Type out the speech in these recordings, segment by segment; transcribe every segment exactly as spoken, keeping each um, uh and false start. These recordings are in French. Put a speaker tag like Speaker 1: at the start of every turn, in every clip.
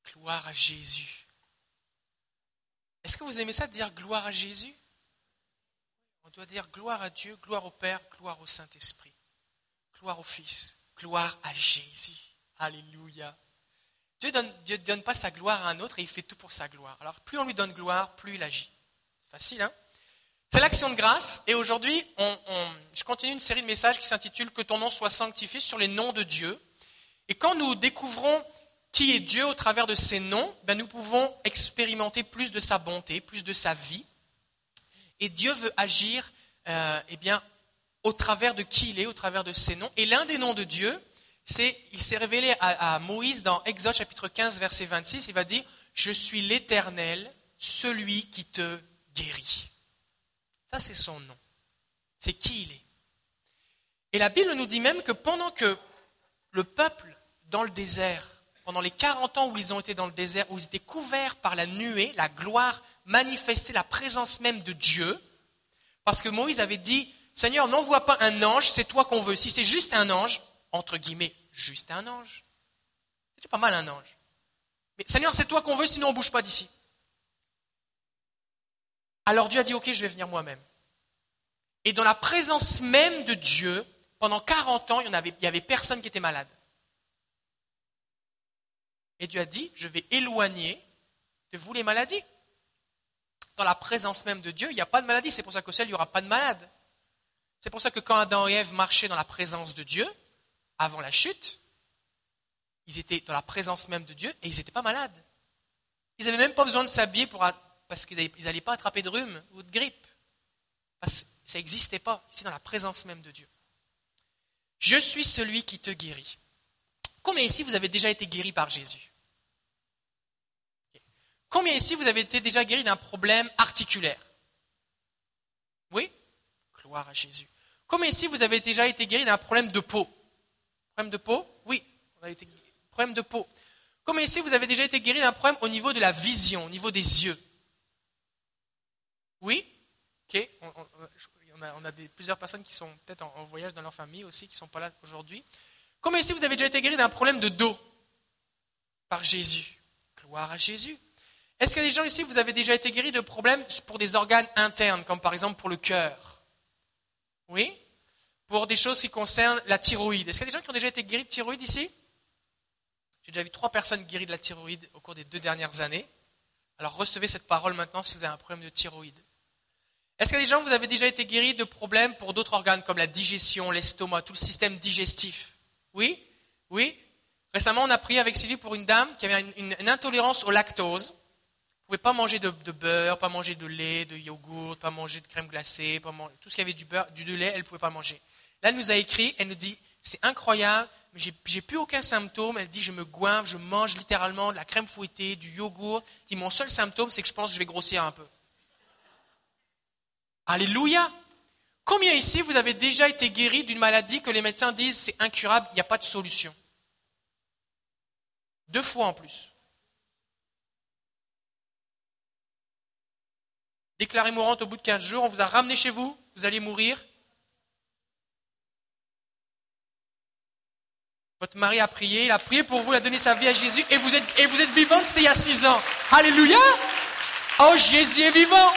Speaker 1: Gloire à Jésus. Est-ce que vous aimez ça de dire gloire à Jésus? On doit dire gloire à Dieu, gloire au Père, gloire au Saint-Esprit, gloire au Fils, gloire à Jésus. Alléluia. Dieu donne, Dieu ne donne pas sa gloire à un autre et il fait tout pour sa gloire. Alors plus on lui donne gloire, plus il agit. C'est facile, hein? C'est l'action de grâce et aujourd'hui, on, on, je continue une série de messages qui s'intitule « Que ton nom soit sanctifié » sur les noms de Dieu. Et quand nous découvrons qui est Dieu au travers de ses noms, ben nous pouvons expérimenter plus de sa bonté, plus de sa vie. Et Dieu veut agir euh, eh bien, au travers de qui il est, au travers de ses noms. Et l'un des noms de Dieu, c'est, il s'est révélé à, à Moïse dans Exode chapitre quinze, verset vingt-six. Il va dire « Je suis l'Éternel, celui qui te guérit ». Ça, c'est son nom. C'est qui il est. Et la Bible nous dit même que pendant que le peuple dans le désert, pendant les quarante ans où ils ont été dans le désert, où ils étaient couverts par la nuée, la gloire manifestait la présence même de Dieu, parce que Moïse avait dit, Seigneur, n'envoie pas un ange, c'est toi qu'on veut. Si c'est juste un ange, entre guillemets, juste un ange, c'est pas mal un ange. Mais Seigneur, c'est toi qu'on veut, sinon on ne bouge pas d'ici. Alors Dieu a dit, ok, je vais venir moi-même. Et dans la présence même de Dieu, pendant quarante ans, il n'y avait, il y avait personne qui était malade. Et Dieu a dit, je vais éloigner de vous les maladies. Dans la présence même de Dieu, il n'y a pas de maladie. C'est pour ça qu'au ciel, il n'y aura pas de malade. C'est pour ça que quand Adam et Ève marchaient dans la présence de Dieu, avant la chute, ils étaient dans la présence même de Dieu et ils n'étaient pas malades. Ils n'avaient même pas besoin de s'habiller pour, parce qu'ils n'allaient pas attraper de rhume ou de grippe. Parce que ça n'existait pas. C'est dans la présence même de Dieu. Je suis celui qui te guérit. Combien ici vous avez déjà été guéri par Jésus? Combien ici vous avez été déjà guéri d'un problème articulaire? Oui? Gloire à Jésus. Combien ici vous avez déjà été guéri d'un problème de peau? Problème de peau? Oui. On a été... Problème de peau. Combien ici vous avez déjà été guéri d'un problème au niveau de la vision, au niveau des yeux? Oui? Ok. On, on, on a, on a des, plusieurs personnes qui sont peut-être en, en voyage dans leur famille aussi, qui ne sont pas là aujourd'hui. Combien ici vous avez déjà été guéri d'un problème de dos? Par Jésus. Gloire à Jésus. Est-ce qu'il y a des gens ici, vous avez déjà été guéri de problèmes pour des organes internes, comme par exemple pour le cœur? Oui? Pour des choses qui concernent la thyroïde. Est-ce qu'il y a des gens qui ont déjà été guéris de thyroïde ici? J'ai déjà vu trois personnes guéries de la thyroïde au cours des deux dernières années. Alors recevez cette parole maintenant si vous avez un problème de thyroïde. Est-ce qu'il y a des gens, vous avez déjà été guéris de problèmes pour d'autres organes, comme la digestion, l'estomac, tout le système digestif? Oui? Oui? Récemment, on a prié avec Sylvie pour une dame qui avait une, une, une intolérance au lactose. Elle ne pouvait pas manger de, de beurre, pas manger de lait, de yogourt, pas manger de crème glacée, pas manger, tout ce qui avait du beurre, du de lait, elle ne pouvait pas manger. Là, elle nous a écrit, elle nous dit, c'est incroyable, mais j'ai, j'ai plus aucun symptôme. Elle dit, je me goinfre, je mange littéralement de la crème fouettée, du yogourt. Elle dit, mon seul symptôme, c'est que je pense que je vais grossir un peu. Alléluia! Combien ici, vous avez déjà été guéri d'une maladie que les médecins disent, c'est incurable, il n'y a pas de solution? Deux fois en plus. Déclarée mourante au bout de quinze jours, on vous a ramené chez vous, vous allez mourir. Votre mari a prié, il a prié pour vous, il a donné sa vie à Jésus et vous êtes, et vous êtes vivante, c'était il y a six ans. Alléluia! Oh, Jésus est vivant!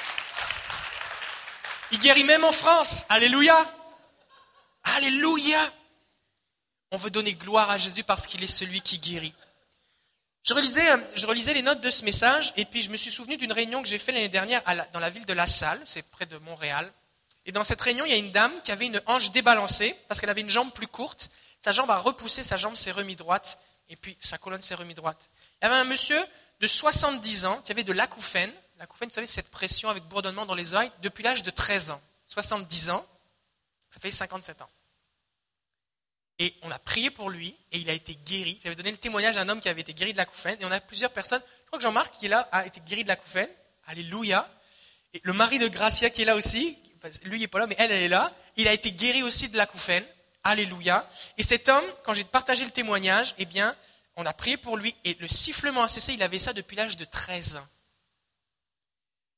Speaker 1: Il guérit même en France. Alléluia! Alléluia! On veut donner gloire à Jésus parce qu'il est celui qui guérit. Je relisais, je relisais les notes de ce message et puis je me suis souvenu d'une réunion que j'ai faite l'année dernière à la, dans la ville de La Salle, c'est près de Montréal. Et dans cette réunion, il y a une dame qui avait une hanche débalancée parce qu'elle avait une jambe plus courte. Sa jambe a repoussé, sa jambe s'est remise droite et puis sa colonne s'est remise droite. Il y avait un monsieur de soixante-dix ans qui avait de l'acouphène. L'acouphène, vous savez, cette pression avec bourdonnement dans les oreilles depuis l'âge de treize ans. soixante-dix ans, ça fait cinquante-sept ans. Et on a prié pour lui et il a été guéri. J'avais donné le témoignage d'un homme qui avait été guéri de l'acouphène. Et on a plusieurs personnes. Je crois que Jean-Marc qui est là a été guéri de l'acouphène. Alléluia. Et le mari de Gracia qui est là aussi. Lui il n'est pas là mais elle, elle est là. Il a été guéri aussi de l'acouphène. Alléluia. Et cet homme, quand j'ai partagé le témoignage, eh bien, on a prié pour lui. Et le sifflement a cessé. Il avait ça depuis l'âge de treize ans.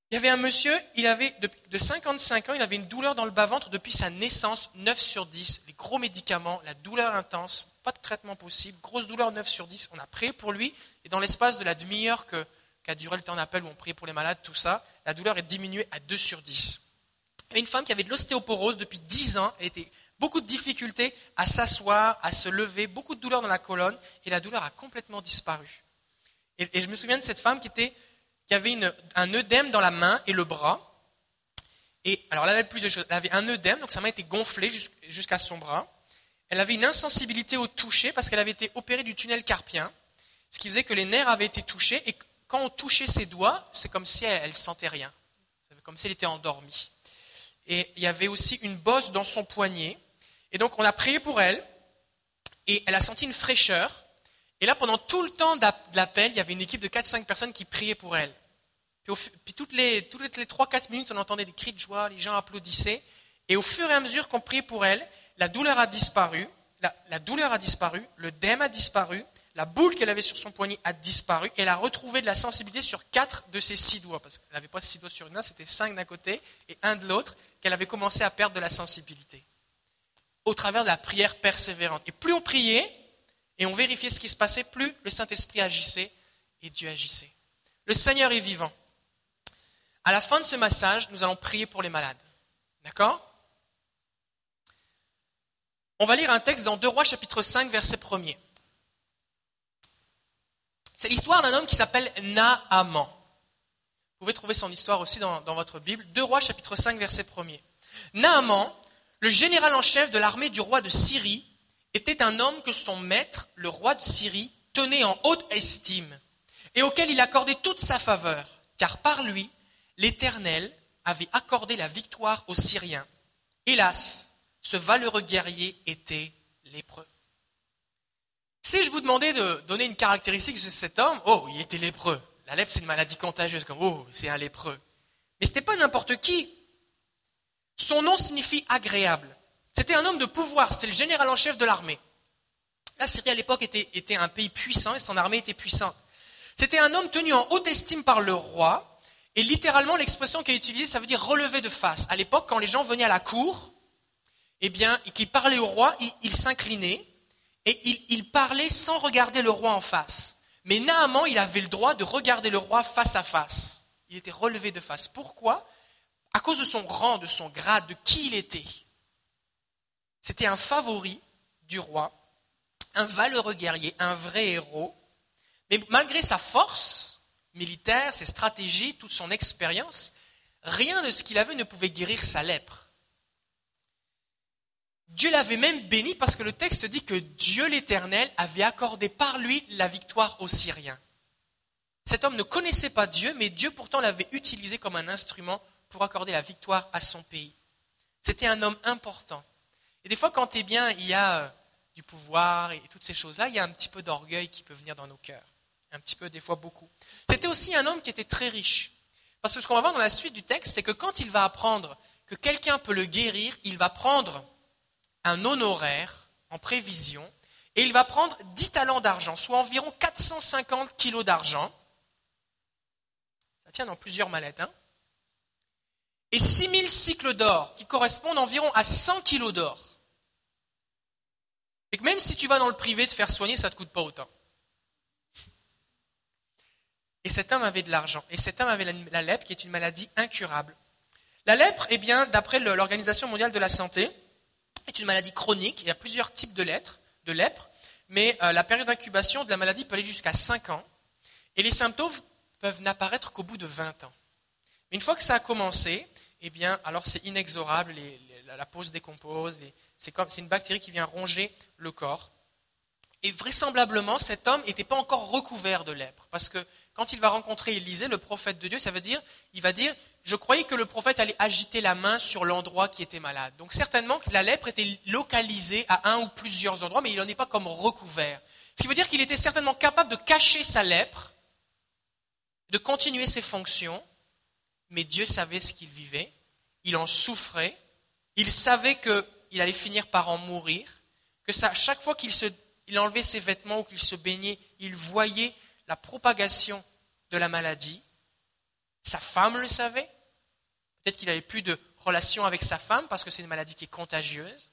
Speaker 1: Il y avait un monsieur, il avait de, de cinquante-cinq ans, il avait une douleur dans le bas-ventre depuis sa naissance, neuf sur dix, les gros médicaments, la douleur intense, pas de traitement possible, grosse douleur neuf sur dix. On a prié pour lui et dans l'espace de la demi-heure que, qu'a duré le temps d'appel où on priait pour les malades, tout ça, la douleur est diminuée à deux sur dix. Et une femme qui avait de l'ostéoporose depuis dix ans, elle était beaucoup de difficultés à s'asseoir, à se lever, beaucoup de douleur dans la colonne et la douleur a complètement disparu. Et, et je me souviens de cette femme qui était qui avait une, un œdème dans la main et le bras. Et alors, elle avait plusieurs choses. Elle avait un œdème, donc sa main était gonflée jusqu'à son bras. Elle avait une insensibilité au toucher parce qu'elle avait été opérée du tunnel carpien, ce qui faisait que les nerfs avaient été touchés. Et quand on touchait ses doigts, c'est comme si elle ne sentait rien. C'est comme si elle était endormie. Et il y avait aussi une bosse dans son poignet. Et donc, on a prié pour elle. Et elle a senti une fraîcheur. Et là, pendant tout le temps de l'appel, il y avait une équipe de quatre cinq personnes qui priaient pour elle. Puis, au, puis toutes les, toutes les trois quatre minutes, on entendait des cris de joie, les gens applaudissaient. Et au fur et à mesure qu'on priait pour elle, la douleur a disparu, la, la douleur a disparu, le dème a disparu, la boule qu'elle avait sur son poignet a disparu, et elle a retrouvé de la sensibilité sur quatre de ses six doigts. Parce qu'elle n'avait pas six doigts sur une main, c'était cinq d'un côté et un de l'autre, qu'elle avait commencé à perdre de la sensibilité. Au travers de la prière persévérante. Et plus on priait, et on vérifiait ce qui se passait, plus le Saint-Esprit agissait et Dieu agissait. Le Seigneur est vivant. À la fin de ce message, nous allons prier pour les malades. D'accord ? On va lire un texte dans deux Rois chapitre cinq, verset premier. C'est l'histoire d'un homme qui s'appelle Naaman. Vous pouvez trouver son histoire aussi dans, dans votre Bible. deux Rois chapitre cinq, verset premier. Naaman, le général en chef de l'armée du roi de Syrie, était un homme que son maître, le roi de Syrie, tenait en haute estime et auquel il accordait toute sa faveur, car par lui, l'Éternel avait accordé la victoire aux Syriens. Hélas, ce valeureux guerrier était lépreux. Si je vous demandais de donner une caractéristique de cet homme, oh, il était lépreux. La lèpre, c'est une maladie contagieuse, comme oh, c'est un lépreux. Mais ce n'était pas n'importe qui. Son nom signifie agréable. C'était un homme de pouvoir, c'est le général en chef de l'armée. La Syrie à l'époque était, était un pays puissant et son armée était puissante. C'était un homme tenu en haute estime par le roi et littéralement l'expression qui est utilisée, ça veut dire relevé de face. À l'époque, quand les gens venaient à la cour, eh bien, et qu'ils parlaient au roi, ils, ils s'inclinaient et ils, ils parlaient sans regarder le roi en face. Mais Naaman, il avait le droit de regarder le roi face à face. Il était relevé de face. Pourquoi ? À cause de son rang, de son grade, de qui il était. C'était un favori du roi, un valeureux guerrier, un vrai héros. Mais malgré sa force militaire, ses stratégies, toute son expérience, rien de ce qu'il avait ne pouvait guérir sa lèpre. Dieu l'avait même béni parce que le texte dit que Dieu l'Éternel avait accordé par lui la victoire aux Syriens. Cet homme ne connaissait pas Dieu, mais Dieu pourtant l'avait utilisé comme un instrument pour accorder la victoire à son pays. C'était un homme important. Et des fois, quand eh bien, il y a euh, du pouvoir et, et toutes ces choses-là, il y a un petit peu d'orgueil qui peut venir dans nos cœurs. Un petit peu, des fois beaucoup. C'était aussi un homme qui était très riche. Parce que ce qu'on va voir dans la suite du texte, c'est que quand il va apprendre que quelqu'un peut le guérir, il va prendre un honoraire en prévision et il va prendre dix talents d'argent, soit environ quatre cent cinquante kilos d'argent. Ça tient dans plusieurs mallettes, hein. Et six mille cycles d'or, qui correspondent environ à cent kilos d'or. Et que même si tu vas dans le privé te faire soigner, ça ne te coûte pas autant. Et cet homme avait de l'argent. Et cet homme avait la, la lèpre, qui est une maladie incurable. La lèpre, eh bien, d'après l'Organisation mondiale de la santé, est une maladie chronique. Il y a plusieurs types de lèpre, de lèpre mais euh, la période d'incubation de la maladie peut aller jusqu'à cinq ans. Et les symptômes peuvent n'apparaître qu'au bout de vingt ans. Mais une fois que ça a commencé, eh bien, alors c'est inexorable, les, les, la peau se décompose, les, c'est, comme, c'est une bactérie qui vient ronger le corps. Et vraisemblablement, cet homme n'était pas encore recouvert de lèpre. Parce que quand il va rencontrer Élisée, le prophète de Dieu, ça veut dire, il va dire, je croyais que le prophète allait agiter la main sur l'endroit qui était malade. Donc certainement que la lèpre était localisée à un ou plusieurs endroits, mais il n'en est pas comme recouvert. Ce qui veut dire qu'il était certainement capable de cacher sa lèpre, de continuer ses fonctions, mais Dieu savait ce qu'il vivait, il en souffrait, il savait qu'il allait finir par en mourir, que ça, chaque fois qu'il se, il enlevait ses vêtements ou qu'il se baignait, il voyait la propagation de la maladie. Sa femme le savait. Peut-être qu'il n'avait plus de relation avec sa femme parce que c'est une maladie qui est contagieuse.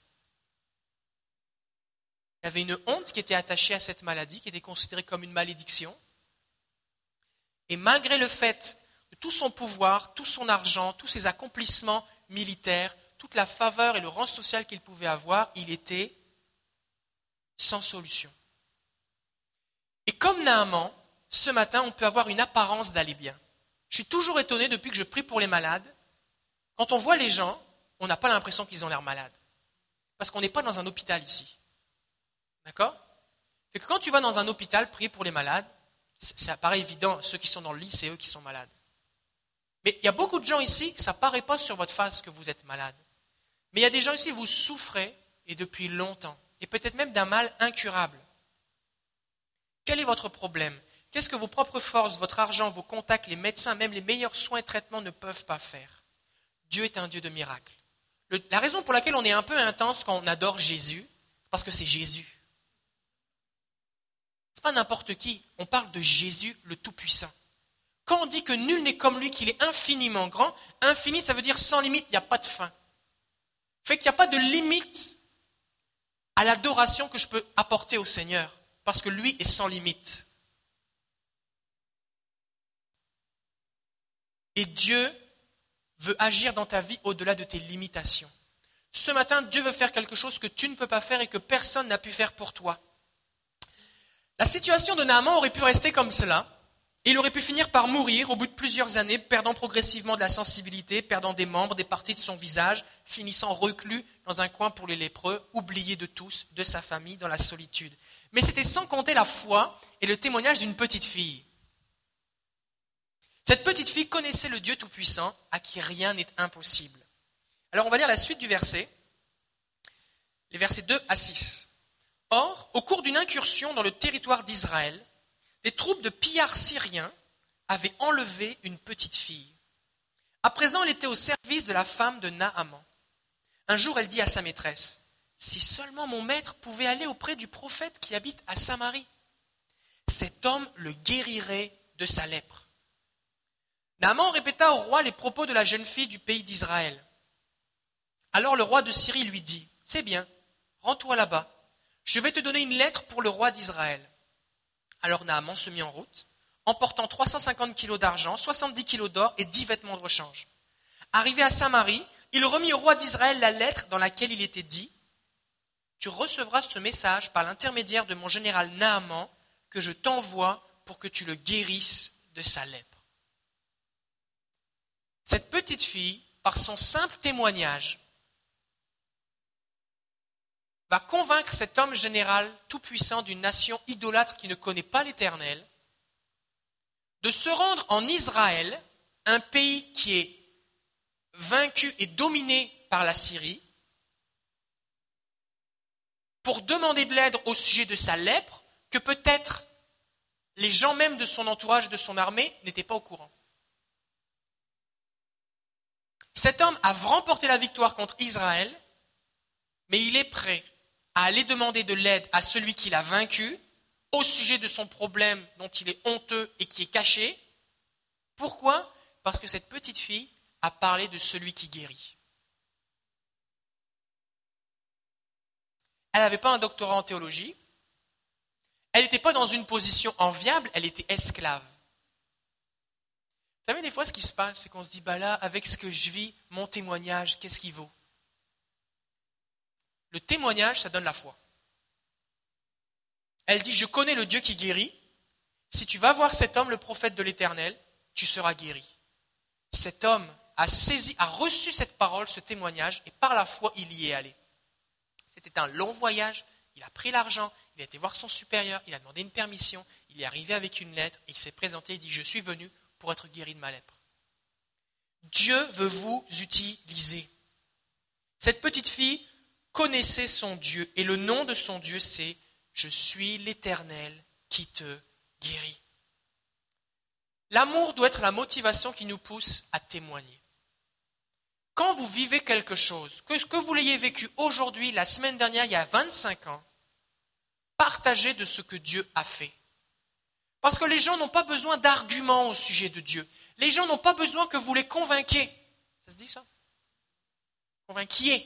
Speaker 1: Il y avait une honte qui était attachée à cette maladie, qui était considérée comme une malédiction. Et malgré le fait de tout son pouvoir, tout son argent, tous ses accomplissements militaires, toute la faveur et le rang social qu'il pouvait avoir, il était sans solution. Et comme Naaman, ce matin, on peut avoir une apparence d'aller bien. Je suis toujours étonné depuis que je prie pour les malades. Quand on voit les gens, on n'a pas l'impression qu'ils ont l'air malades. Parce qu'on n'est pas dans un hôpital ici. D'accord ? Et que quand tu vas dans un hôpital prier pour les malades, ça paraît évident, ceux qui sont dans le lit, c'est eux qui sont malades. Mais il y a beaucoup de gens ici, ça ne paraît pas sur votre face que vous êtes malade. Mais il y a des gens ici, vous souffrez, et depuis longtemps, et peut-être même d'un mal incurable. Quel est votre problème ? Qu'est-ce que vos propres forces, votre argent, vos contacts, les médecins, même les meilleurs soins et traitements ne peuvent pas faire ? Dieu est un Dieu de miracles. Le, la raison pour laquelle on est un peu intense quand on adore Jésus, c'est parce que c'est Jésus. Ce n'est pas n'importe qui, on parle de Jésus le Tout-Puissant. Quand on dit que nul n'est comme lui, qu'il est infiniment grand, infini, ça veut dire sans limite, il n'y a pas de fin. Fait qu'il n'y a pas de limite à l'adoration que je peux apporter au Seigneur, parce que lui est sans limite. Et Dieu veut agir dans ta vie au-delà de tes limitations. Ce matin, Dieu veut faire quelque chose que tu ne peux pas faire et que personne n'a pu faire pour toi. La situation de Naaman aurait pu rester comme cela. Et il aurait pu finir par mourir au bout de plusieurs années, perdant progressivement de la sensibilité, perdant des membres, des parties de son visage, finissant reclus dans un coin pour les lépreux, oublié de tous, de sa famille, dans la solitude. Mais c'était sans compter la foi et le témoignage d'une petite fille. Cette petite fille connaissait le Dieu Tout-Puissant, à qui rien n'est impossible. Alors on va lire la suite du verset, les versets deux à six. Or, au cours d'une incursion dans le territoire d'Israël, des troupes de pillards syriens avaient enlevé une petite fille. À présent, elle était au service de la femme de Naaman. Un jour, elle dit à sa maîtresse, « Si seulement mon maître pouvait aller auprès du prophète qui habite à Samarie, cet homme le guérirait de sa lèpre. » Naaman répéta au roi les propos de la jeune fille du pays d'Israël. Alors le roi de Syrie lui dit, « C'est bien, rends-toi là-bas. Je vais te donner une lettre pour le roi d'Israël. » Alors Naaman se mit en route, emportant trois cent cinquante kilos d'argent, soixante-dix kilos d'or et dix vêtements de rechange. Arrivé à Samarie, il remit au roi d'Israël la lettre dans laquelle il était dit « Tu recevras ce message par l'intermédiaire de mon général Naaman que je t'envoie pour que tu le guérisses de sa lèpre. » Cette petite fille, par son simple témoignage, va convaincre cet homme général tout-puissant d'une nation idolâtre qui ne connaît pas l'Éternel, de se rendre en Israël, un pays qui est vaincu et dominé par la Syrie, pour demander de l'aide au sujet de sa lèpre, que peut-être les gens même de son entourage et de son armée n'étaient pas au courant. Cet homme a remporté la victoire contre Israël, mais il est prêt à aller demander de l'aide à celui qui l'a vaincu au sujet de son problème dont il est honteux et qui est caché. Pourquoi ? Parce que cette petite fille a parlé de celui qui guérit. Elle n'avait pas un doctorat en théologie. Elle n'était pas dans une position enviable, elle était esclave. Vous savez, des fois, ce qui se passe, c'est qu'on se dit, bah là, avec ce que je vis, mon témoignage, qu'est-ce qu'il vaut ? Le témoignage, ça donne la foi. Elle dit, je connais le Dieu qui guérit. Si tu vas voir cet homme, le prophète de l'Éternel, tu seras guéri. Cet homme a saisi, a reçu cette parole, ce témoignage, et par la foi, il y est allé. C'était un long voyage, il a pris l'argent, il a été voir son supérieur, il a demandé une permission, il est arrivé avec une lettre, il s'est présenté, il dit, je suis venu pour être guéri de ma lèpre. Dieu veut vous utiliser. Cette petite fille connaissait son Dieu, et le nom de son Dieu, c'est « Je suis l'Éternel qui te guérit ». L'amour doit être la motivation qui nous pousse à témoigner. Quand vous vivez quelque chose, que ce que vous l'ayez vécu aujourd'hui, la semaine dernière, il y a vingt-cinq ans, partagez de ce que Dieu a fait. Parce que les gens n'ont pas besoin d'arguments au sujet de Dieu. Les gens n'ont pas besoin que vous les convainquiez. Ça se dit ça? Convainquiez.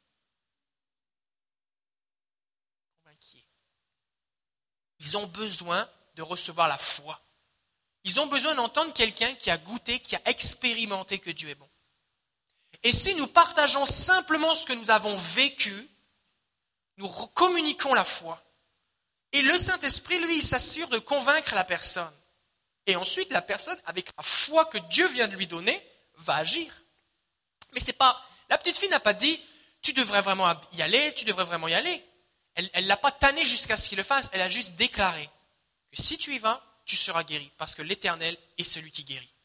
Speaker 1: Convainquiez. Ils ont besoin de recevoir la foi. Ils ont besoin d'entendre quelqu'un qui a goûté, qui a expérimenté que Dieu est bon. Et si nous partageons simplement ce que nous avons vécu, nous communiquons la foi. Et le Saint-Esprit, lui, il s'assure de convaincre la personne. Et ensuite, la personne, avec la foi que Dieu vient de lui donner, va agir. Mais c'est pas... La petite fille n'a pas dit, tu devrais vraiment y aller, tu devrais vraiment y aller. Elle ne l'a pas tanné jusqu'à ce qu'il le fasse. Elle a juste déclaré que si tu y vas, tu seras guéri. Parce que l'Éternel est celui qui guérit.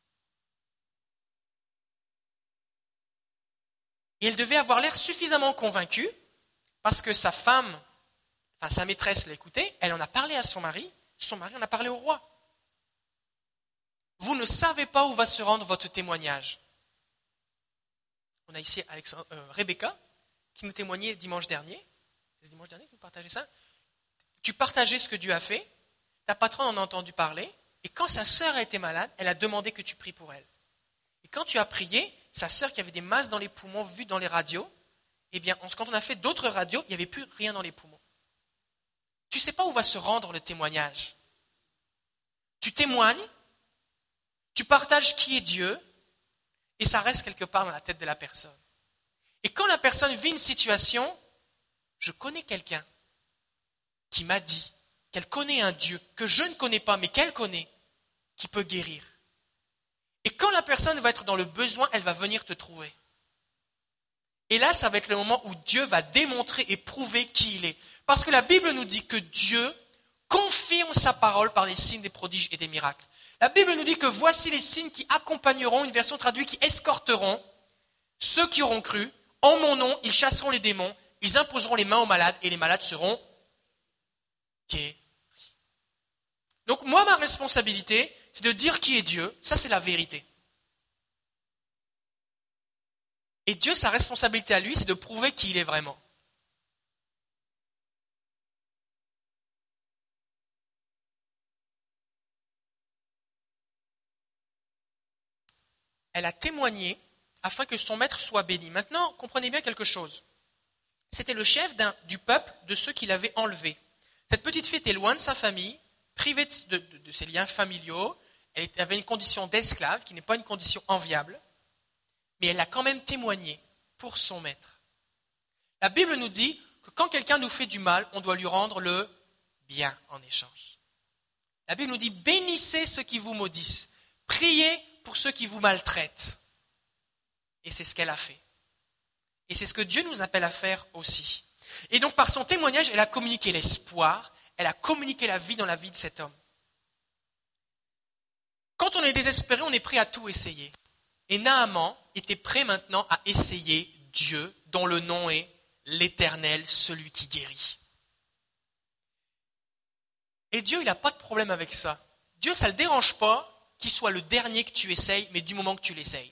Speaker 1: Et elle devait avoir l'air suffisamment convaincue, parce que sa femme... Enfin, sa maîtresse l'a écouté, elle en a parlé à son mari, son mari en a parlé au roi. Vous ne savez pas où va se rendre votre témoignage. On a ici Alexandre, euh, Rebecca qui nous témoignait dimanche dernier. C'est dimanche dernier que vous partagez ça. Tu partageais ce que Dieu a fait, ta patronne en a entendu parler, et quand sa sœur a été malade, elle a demandé que tu pries pour elle. Et quand tu as prié, sa sœur qui avait des masses dans les poumons vues dans les radios, eh bien, quand on a fait d'autres radios, il n'y avait plus rien dans les poumons. Tu ne sais pas où va se rendre le témoignage. Tu témoignes, tu partages qui est Dieu, et ça reste quelque part dans la tête de la personne. Et quand la personne vit une situation, je connais quelqu'un qui m'a dit qu'elle connaît un Dieu que je ne connais pas, mais qu'elle connaît, qui peut guérir. Et quand la personne va être dans le besoin, elle va venir te trouver. Et là, ça va être le moment où Dieu va démontrer et prouver qui il est. Parce que la Bible nous dit que Dieu confirme sa parole par des signes, des prodiges et des miracles. La Bible nous dit que voici les signes qui accompagneront, une version traduite, qui escorteront ceux qui auront cru. En mon nom, ils chasseront les démons, ils imposeront les mains aux malades et les malades seront guéris. Donc moi, ma responsabilité, c'est de dire qui est Dieu. Ça, c'est la vérité. Et Dieu, sa responsabilité à lui, c'est de prouver qui il est vraiment. Elle a témoigné afin que son maître soit béni. Maintenant, comprenez bien quelque chose. C'était le chef d'un, du peuple de ceux qui l'avaient enlevé. Cette petite fille était loin de sa famille, privée de, de, de ses liens familiaux. Elle avait une condition d'esclave, qui n'est pas une condition enviable. Mais elle a quand même témoigné pour son maître. La Bible nous dit que quand quelqu'un nous fait du mal, on doit lui rendre le bien en échange. La Bible nous dit, bénissez ceux qui vous maudissent, priez pour ceux qui vous maltraitent. Et c'est ce qu'elle a fait. Et c'est ce que Dieu nous appelle à faire aussi. Et donc par son témoignage, elle a communiqué l'espoir, elle a communiqué la vie dans la vie de cet homme. Quand on est désespéré, on est prêt à tout essayer. Et Naaman était prêt maintenant à essayer Dieu, dont le nom est l'Éternel, celui qui guérit. Et Dieu, il n'a pas de problème avec ça. Dieu, ça ne le dérange pas qu'il soit le dernier que tu essayes, mais du moment que tu l'essayes.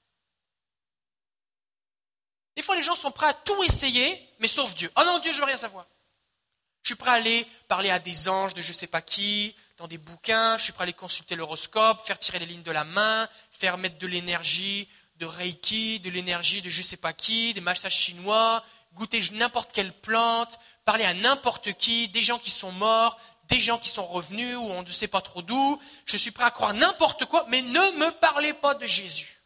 Speaker 1: Des fois, les gens sont prêts à tout essayer, mais sauf Dieu. Oh non, Dieu, je veux rien savoir. Je suis prêt à aller parler à des anges de je ne sais pas qui, dans des bouquins, je suis prêt à aller consulter l'horoscope, faire tirer les lignes de la main, faire mettre de l'énergie de Reiki, de l'énergie de je ne sais pas qui, des massages chinois, goûter n'importe quelle plante, parler à n'importe qui, des gens qui sont morts, des gens qui sont revenus ou on ne sait pas trop d'où. Je suis prêt à croire n'importe quoi, mais ne me parlez pas de Jésus.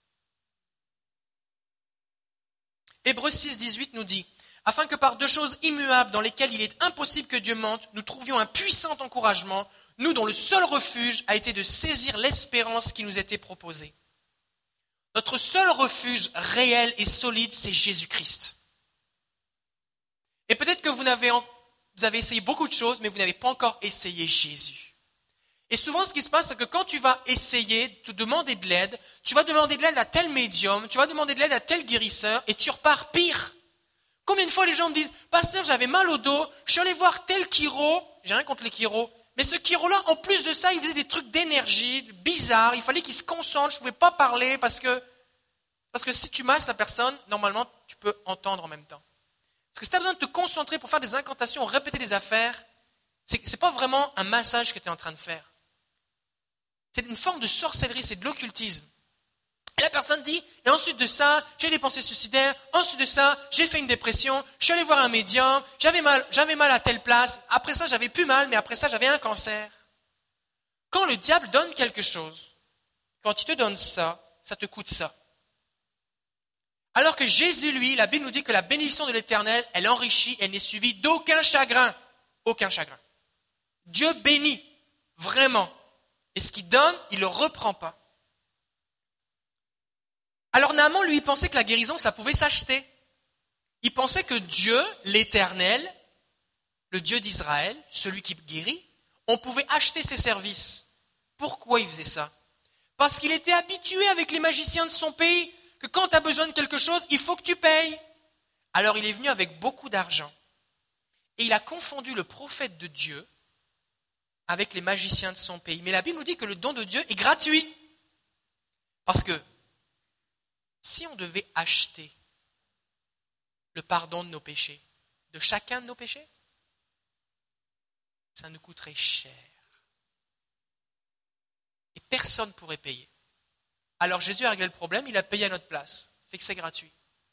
Speaker 1: Hébreux six, dix-huit nous dit, afin que par deux choses immuables dans lesquelles il est impossible que Dieu mente, nous trouvions un puissant encouragement, nous dont le seul refuge a été de saisir l'espérance qui nous était proposée. Notre seul refuge réel et solide, c'est Jésus-Christ. Et peut-être que vous, n'avez, vous avez essayé beaucoup de choses, mais vous n'avez pas encore essayé Jésus. Et souvent, ce qui se passe, c'est que quand tu vas essayer, te demander de l'aide, tu vas demander de l'aide à tel médium, tu vas demander de l'aide à tel guérisseur, et tu repars pire. Combien de fois les gens me disent, pasteur, j'avais mal au dos, je suis allé voir tel chiro, j'ai rien contre les chiros, mais ce chiro-là, en plus de ça, il faisait des trucs d'énergie, bizarres, il fallait qu'il se concentre, je ne pouvais pas parler, parce que, parce que si tu masses la personne, normalement, tu peux entendre en même temps. Parce que si tu as besoin de te concentrer pour faire des incantations, répéter des affaires, Ce n'est pas vraiment un massage que tu es en train de faire. C'est une forme de sorcellerie, c'est de l'occultisme. Et la personne dit, et ensuite de ça, j'ai des pensées suicidaires, ensuite de ça, j'ai fait une dépression, je suis allé voir un médium, j'avais mal, j'avais mal à telle place, après ça, j'avais plus mal, mais après ça, j'avais un cancer. Quand le diable donne quelque chose, quand il te donne ça, ça te coûte ça. Alors que Jésus, lui, la Bible nous dit que la bénédiction de l'Éternel, elle enrichit, elle n'est suivie d'aucun chagrin. Aucun chagrin. Dieu bénit, vraiment. Et ce qu'il donne, il ne le reprend pas. Alors Naaman, lui, il pensait que la guérison, ça pouvait s'acheter. Il pensait que Dieu, l'Éternel, le Dieu d'Israël, celui qui guérit, on pouvait acheter ses services. Pourquoi il faisait ça? Parce qu'il était habitué avec les magiciens de son pays, que quand tu as besoin de quelque chose, il faut que tu payes. Alors il est venu avec beaucoup d'argent. Et il a confondu le prophète de Dieu avec les magiciens de son pays. Mais la Bible nous dit que le don de Dieu est gratuit. Parce que si on devait acheter le pardon de nos péchés, de chacun de nos péchés, ça nous coûterait cher. Et personne ne pourrait payer. Alors Jésus a réglé le problème, il a payé à notre place. Fait que c'est gratuit.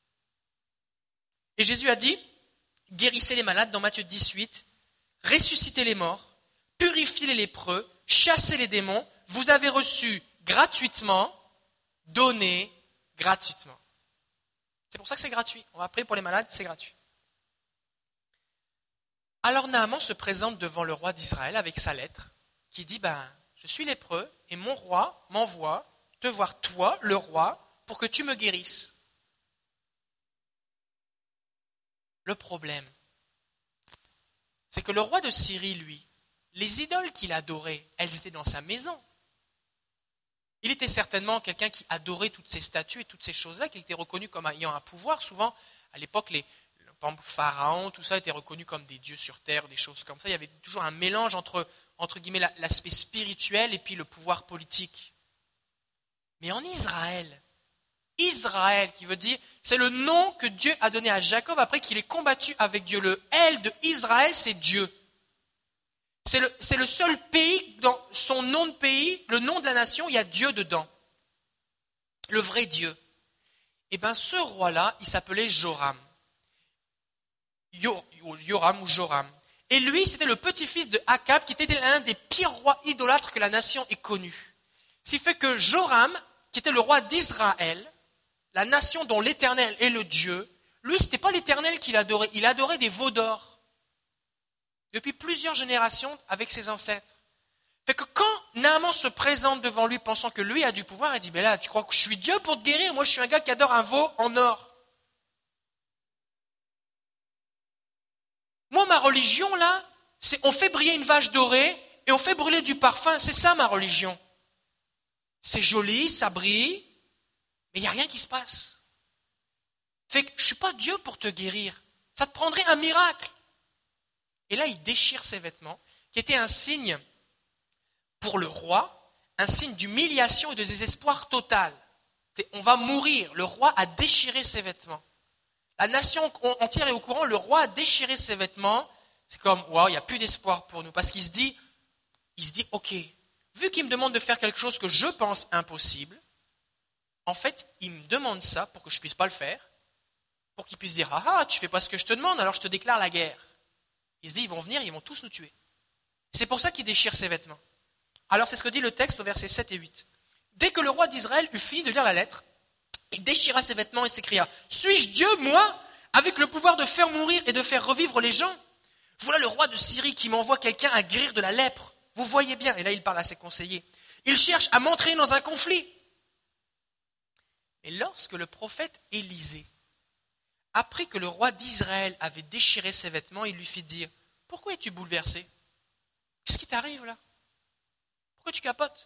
Speaker 1: Et Jésus a dit, guérissez les malades dans Matthieu dix-huit, ressuscitez les morts, purifiez les lépreux, chassez les démons, vous avez reçu gratuitement, donné gratuitement. C'est pour ça que c'est gratuit. On va prier pour les malades, c'est gratuit. Alors Naaman se présente devant le roi d'Israël avec sa lettre qui dit, ben, je suis lépreux et mon roi m'envoie te voir toi, le roi, pour que tu me guérisses. Le problème, c'est que le roi de Syrie, lui, les idoles qu'il adorait, elles étaient dans sa maison. Il était certainement quelqu'un qui adorait toutes ces statues et toutes ces choses-là, qui était reconnu comme ayant un pouvoir. Souvent, à l'époque, les pharaons, tout ça était reconnu comme des dieux sur terre, des choses comme ça. Il y avait toujours un mélange entre, entre guillemets, l'aspect spirituel et puis le pouvoir politique. Mais en Israël, Israël, qui veut dire, c'est le nom que Dieu a donné à Jacob après qu'il ait combattu avec Dieu. Le L de Israël, c'est Dieu. C'est le, c'est le seul pays, dans son nom de pays, le nom de la nation, il y a Dieu dedans. Le vrai Dieu. Et bien ce roi-là, il s'appelait Joram. Yoram ou Joram. Et lui, c'était le petit-fils de Akab, qui était l'un des pires rois idolâtres que la nation ait connu. Ce qui fait que Joram, qui était le roi d'Israël, la nation dont l'Éternel est le Dieu, lui, ce n'était pas l'Éternel qu'il adorait, il adorait des veaux d'or. Depuis plusieurs générations avec ses ancêtres. Fait que quand Naaman se présente devant lui pensant que lui a du pouvoir, il dit, ben là, tu crois que je suis Dieu pour te guérir? Moi, je suis un gars qui adore un veau en or. Moi, ma religion, là, c'est on fait briller une vache dorée et on fait brûler du parfum. C'est ça, ma religion. C'est joli, ça brille, mais il n'y a rien qui se passe. Fait que je ne suis pas Dieu pour te guérir. Ça te prendrait un miracle. Et là, il déchire ses vêtements, qui était un signe pour le roi, un signe d'humiliation et de désespoir total. C'est, on va mourir. Le roi a déchiré ses vêtements. La nation entière est au courant, le roi a déchiré ses vêtements. C'est comme, waouh, il n'y a plus d'espoir pour nous. Parce qu'il se dit, il se dit, ok, vu qu'il me demande de faire quelque chose que je pense impossible, en fait, il me demande ça pour que je ne puisse pas le faire, pour qu'il puisse dire, ah ah, tu ne fais pas ce que je te demande, alors je te déclare la guerre. Il se dit, ils vont venir, ils vont tous nous tuer. C'est pour ça qu'il déchire ses vêtements. Alors c'est ce que dit le texte au verset sept et huit. Dès que le roi d'Israël eut fini de lire la lettre, il déchira ses vêtements et s'écria, suis-je Dieu, moi, avec le pouvoir de faire mourir et de faire revivre les gens? Voilà le roi de Syrie qui m'envoie quelqu'un à guérir de la lèpre. Vous voyez bien, et là il parle à ses conseillers, il cherche à m'entraîner dans un conflit. Et lorsque le prophète Élisée apprit que le roi d'Israël avait déchiré ses vêtements, il lui fit dire, pourquoi es-tu bouleversé? Qu'est-ce qui t'arrive là? Pourquoi tu capotes?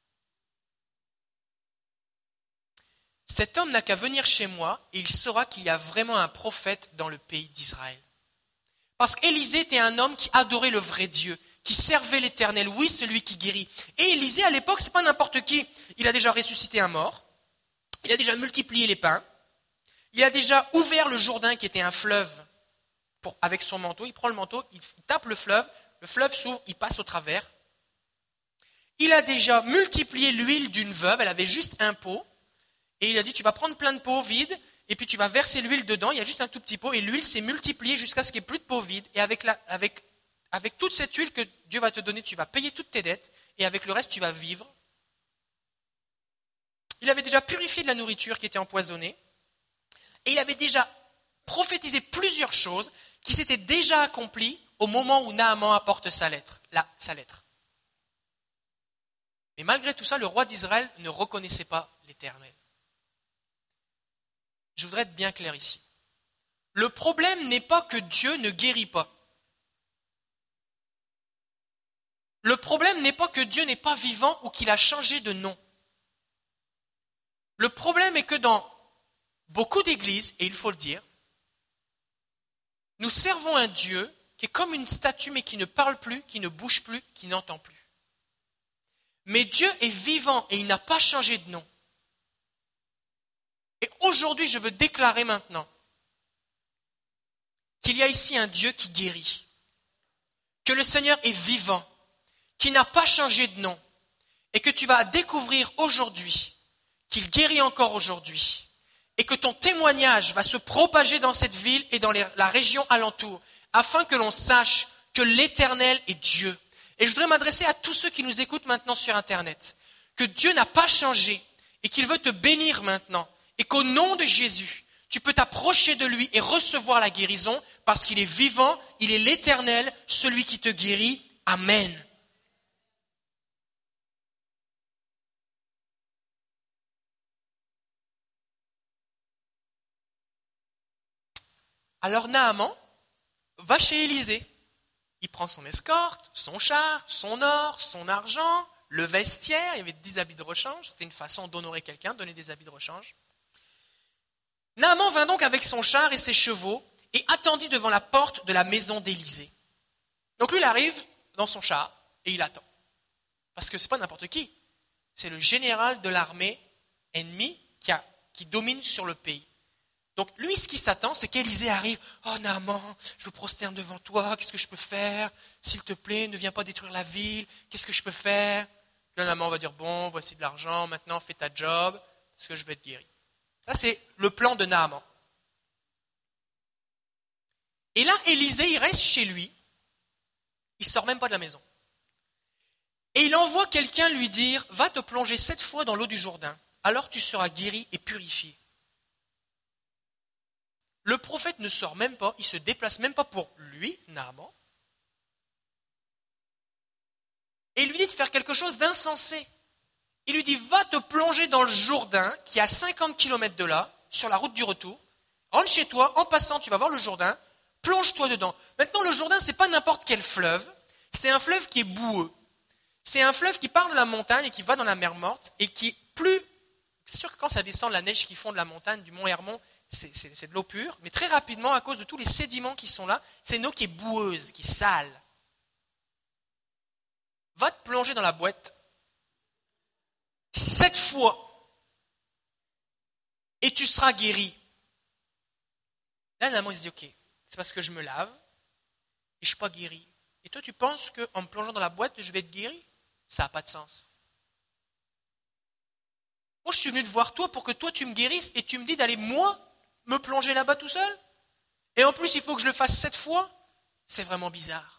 Speaker 1: Cet homme n'a qu'à venir chez moi et il saura qu'il y a vraiment un prophète dans le pays d'Israël. Parce qu'Élisée était un homme qui adorait le vrai Dieu, qui servait l'Éternel, oui, celui qui guérit. Et Élisée, à l'époque, c'est pas n'importe qui. Il a déjà ressuscité un mort, il a déjà multiplié les pains, il a déjà ouvert le Jourdain qui était un fleuve pour, avec son manteau. Il prend le manteau, il tape le fleuve, Le fleuve s'ouvre, il passe au travers. Il a déjà multiplié l'huile d'une veuve, elle avait juste un pot. Et il a dit, tu vas prendre plein de pots vides, et puis tu vas verser l'huile dedans, il y a juste un tout petit pot, et l'huile s'est multipliée jusqu'à ce qu'il n'y ait plus de pots vides. Et avec, la, avec, avec toute cette huile que Dieu va te donner, tu vas payer toutes tes dettes, et avec le reste, tu vas vivre. Il avait déjà purifié de la nourriture qui était empoisonnée, et il avait déjà prophétisé plusieurs choses qui s'étaient déjà accomplies au moment où Naaman apporte sa lettre. Là, sa lettre. Mais malgré tout ça, le roi d'Israël ne reconnaissait pas l'Éternel. Je voudrais être bien clair ici. Le problème n'est pas que Dieu ne guérit pas. Le problème n'est pas que Dieu n'est pas vivant ou qu'il a changé de nom. Le problème est que dans beaucoup d'églises, et il faut le dire, nous servons un Dieu qui est comme une statue mais qui ne parle plus, qui ne bouge plus, qui n'entend plus. Mais Dieu est vivant et il n'a pas changé de nom. Et aujourd'hui, je veux déclarer maintenant qu'il y a ici un Dieu qui guérit, que le Seigneur est vivant, qui n'a pas changé de nom, et que tu vas découvrir aujourd'hui qu'il guérit encore aujourd'hui, et que ton témoignage va se propager dans cette ville et dans les, la région alentour, afin que l'on sache que l'Éternel est Dieu. Et je voudrais m'adresser à tous ceux qui nous écoutent maintenant sur Internet, que Dieu n'a pas changé et qu'il veut te bénir maintenant, et qu'au nom de Jésus, tu peux t'approcher de lui et recevoir la guérison parce qu'il est vivant, il est l'Éternel, celui qui te guérit. Amen. Alors Naaman va chez Élisée. Il prend son escorte, son char, son or, son argent, le vestiaire, il y avait dix habits de rechange, c'était une façon d'honorer quelqu'un, donner des habits de rechange. Naaman vint donc avec son char et ses chevaux et attendit devant la porte de la maison d'Élisée. Donc lui, il arrive dans son char et il attend. Parce que ce n'est pas n'importe qui, c'est le général de l'armée ennemie qui, a, qui domine sur le pays. Donc lui, ce qui s'attend, c'est qu'Élisée arrive. « Oh Naaman, je me prosterne devant toi, qu'est-ce que je peux faire? S'il te plaît, ne viens pas détruire la ville, qu'est-ce que je peux faire ?» Là, Naaman va dire « Bon, voici de l'argent, maintenant fais ta job, parce que je vais être guéri. » Ça, c'est le plan de Naaman. Et là, Élisée, il reste chez lui, il ne sort même pas de la maison. Et il envoie quelqu'un lui dire « Va te plonger sept fois dans l'eau du Jourdain, alors tu seras guéri et purifié. » Le prophète ne sort même pas, il ne se déplace même pas pour lui, Naaman. Et il lui dit de faire quelque chose d'insensé. Il lui dit, va te plonger dans le Jourdain, qui est à cinquante kilomètres de là, sur la route du retour. Rentre chez toi, en passant, tu vas voir le Jourdain, plonge-toi dedans. Maintenant, le Jourdain, ce n'est pas n'importe quel fleuve, c'est un fleuve qui est boueux. C'est un fleuve qui part de la montagne et qui va dans la mer Morte, et qui est plus... C'est sûr que quand ça descend, la neige qui fond de la montagne, du mont Hermon, c'est, c'est, c'est de l'eau pure, mais très rapidement, à cause de tous les sédiments qui sont là, c'est une eau qui est boueuse, qui est sale. Va te plonger dans la boîte, sept fois, et tu seras guéri. Là, Naaman, il se dit, ok, c'est parce que je me lave, et je ne suis pas guéri. Et toi, tu penses qu'en me plongeant dans la boîte, je vais être guéri? Ça n'a pas de sens. Moi, je suis venu te voir toi pour que toi, tu me guérisses, et tu me dis d'aller, moi, me plonger là-bas tout seul? Et en plus, il faut que je le fasse sept fois? C'est vraiment bizarre.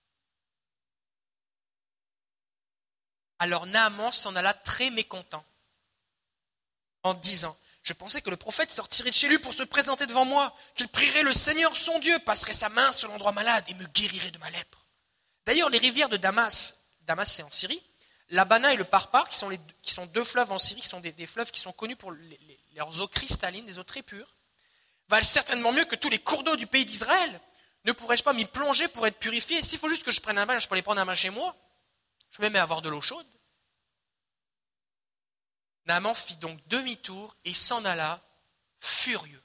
Speaker 1: Alors Naaman s'en alla très mécontent, en disant, je pensais que le prophète sortirait de chez lui pour se présenter devant moi, qu'il prierait le Seigneur son Dieu, passerait sa main sur l'endroit malade et me guérirait de ma lèpre. D'ailleurs, les rivières de Damas, Damas c'est en Syrie, l'Abana et le Parpar, qui sont, les, qui sont deux fleuves en Syrie, qui sont des, des fleuves qui sont connus pour les, les, leurs eaux cristallines, des eaux très pures, valent certainement mieux que tous les cours d'eau du pays d'Israël. Ne pourrais-je pas m'y plonger pour être purifié? S'il faut juste que je prenne un bain, je peux aller prendre un bain chez moi. Je vais même avoir de l'eau chaude. Naaman fit donc demi-tour et s'en alla furieux.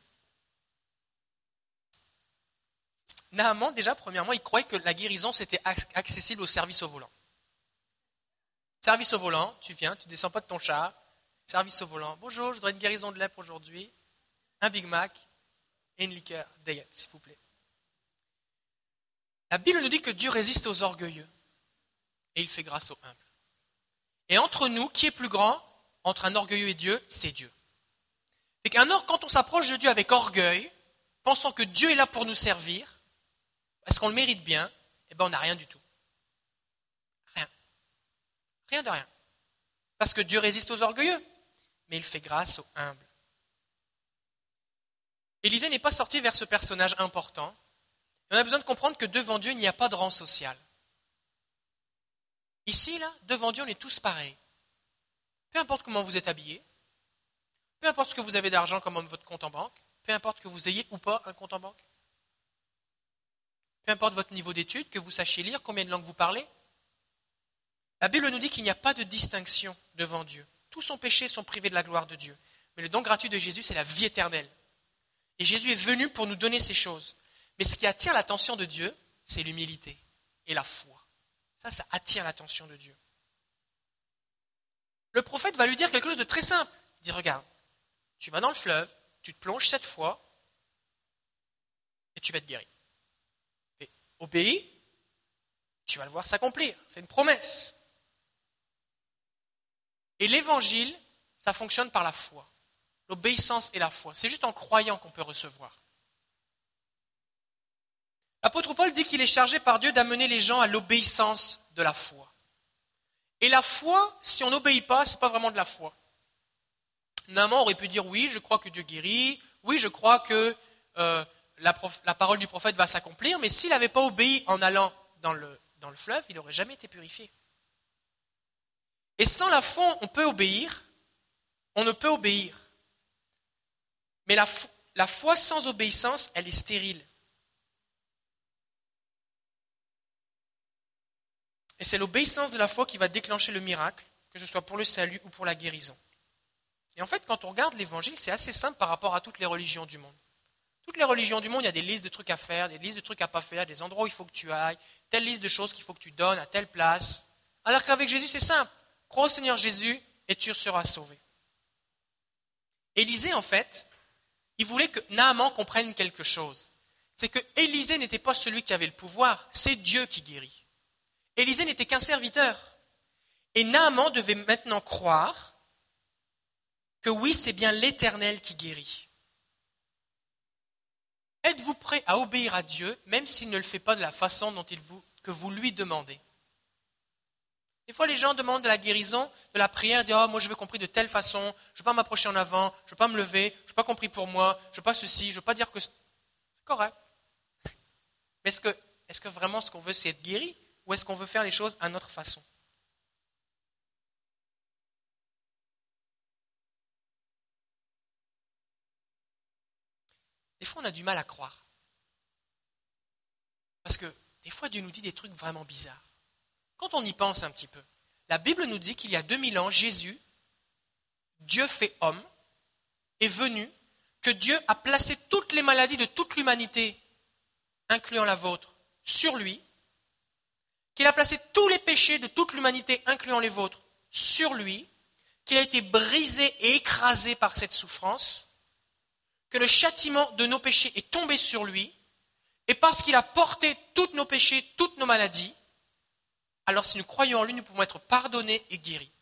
Speaker 1: Naaman, déjà, premièrement, il croyait que la guérison, c'était accessible au service au volant. Service au volant, tu viens, tu ne descends pas de ton char. Service au volant. Bonjour, je voudrais une guérison de lèpre aujourd'hui. Un Big Mac et une liqueur Diet, s'il vous plaît. La Bible nous dit que Dieu résiste aux orgueilleux et il fait grâce aux humbles. Et entre nous, qui est plus grand? Entre un orgueilleux et Dieu, c'est Dieu. Et qu'un or, quand on s'approche de Dieu avec orgueil, pensant que Dieu est là pour nous servir, est-ce qu'on le mérite bien? Eh bien, on n'a rien du tout. Rien. Rien de rien. Parce que Dieu résiste aux orgueilleux, mais il fait grâce aux humbles. Élisée n'est pas sorti vers ce personnage important. On a besoin de comprendre que devant Dieu, il n'y a pas de rang social. Ici, là, devant Dieu, on est tous pareils. Peu importe comment vous êtes habillés, peu importe ce que vous avez d'argent comme votre compte en banque, peu importe que vous ayez ou pas un compte en banque, peu importe votre niveau d'études, que vous sachiez lire, combien de langues vous parlez. La Bible nous dit qu'il n'y a pas de distinction devant Dieu. Tous sont péchés, sont privés de la gloire de Dieu. Mais le don gratuit de Jésus, c'est la vie éternelle. Et Jésus est venu pour nous donner ces choses. Mais ce qui attire l'attention de Dieu, c'est l'humilité et la foi. Ça, ça attire l'attention de Dieu. Le prophète va lui dire quelque chose de très simple. Il dit, regarde, tu vas dans le fleuve, tu te plonges sept fois, et tu vas être guéri. Et obéis, tu vas le voir s'accomplir. C'est une promesse. Et l'évangile, ça fonctionne par la foi. L'obéissance et la foi. C'est juste en croyant qu'on peut recevoir. L'apôtre Paul dit qu'il est chargé par Dieu d'amener les gens à l'obéissance de la foi. Et la foi, si on n'obéit pas, ce n'est pas vraiment de la foi. Naaman aurait pu dire oui, je crois que Dieu guérit, oui, je crois que euh, la, prof, la parole du prophète va s'accomplir, mais s'il n'avait pas obéi en allant dans le, dans le fleuve, il n'aurait jamais été purifié. Et sans la foi, on peut obéir, on ne peut obéir. Mais la, la foi sans obéissance, elle est stérile. Et c'est l'obéissance de la foi qui va déclencher le miracle, que ce soit pour le salut ou pour la guérison. Et en fait, quand on regarde l'évangile, c'est assez simple par rapport à toutes les religions du monde. Toutes les religions du monde, il y a des listes de trucs à faire, des listes de trucs à ne pas faire, des endroits où il faut que tu ailles, telle liste de choses qu'il faut que tu donnes à telle place. Alors qu'avec Jésus, c'est simple. Crois au Seigneur Jésus et tu seras sauvé. Élisée, en fait, il voulait que Naaman comprenne quelque chose. C'est que Élisée n'était pas celui qui avait le pouvoir, c'est Dieu qui guérit. Élisée n'était qu'un serviteur. Et Naaman devait maintenant croire que oui, c'est bien l'Éternel qui guérit. Êtes-vous prêt à obéir à Dieu, même s'il ne le fait pas de la façon dont il vous, que vous lui demandez? Des fois, les gens demandent de la guérison, de la prière, disent « Oh, moi je veux compris de telle façon, je ne veux pas m'approcher en avant, je ne veux pas me lever, je ne veux pas compris pour moi, je ne veux pas ceci, je ne veux pas dire que... » C'est correct. Mais est-ce que, est-ce que vraiment ce qu'on veut, c'est être guéri? Ou est-ce qu'on veut faire les choses à notre façon? Des fois, on a du mal à croire. Parce que des fois, Dieu nous dit des trucs vraiment bizarres. Quand on y pense un petit peu, la Bible nous dit qu'il y a deux mille ans, Jésus, Dieu fait homme, est venu, que Dieu a placé toutes les maladies de toute l'humanité, incluant la vôtre, sur lui, qu'il a placé tous les péchés de toute l'humanité, incluant les vôtres, sur lui, qu'il a été brisé et écrasé par cette souffrance, que le châtiment de nos péchés est tombé sur lui, et parce qu'il a porté tous nos péchés, toutes nos maladies, alors si nous croyons en lui, nous pouvons être pardonnés et guéris.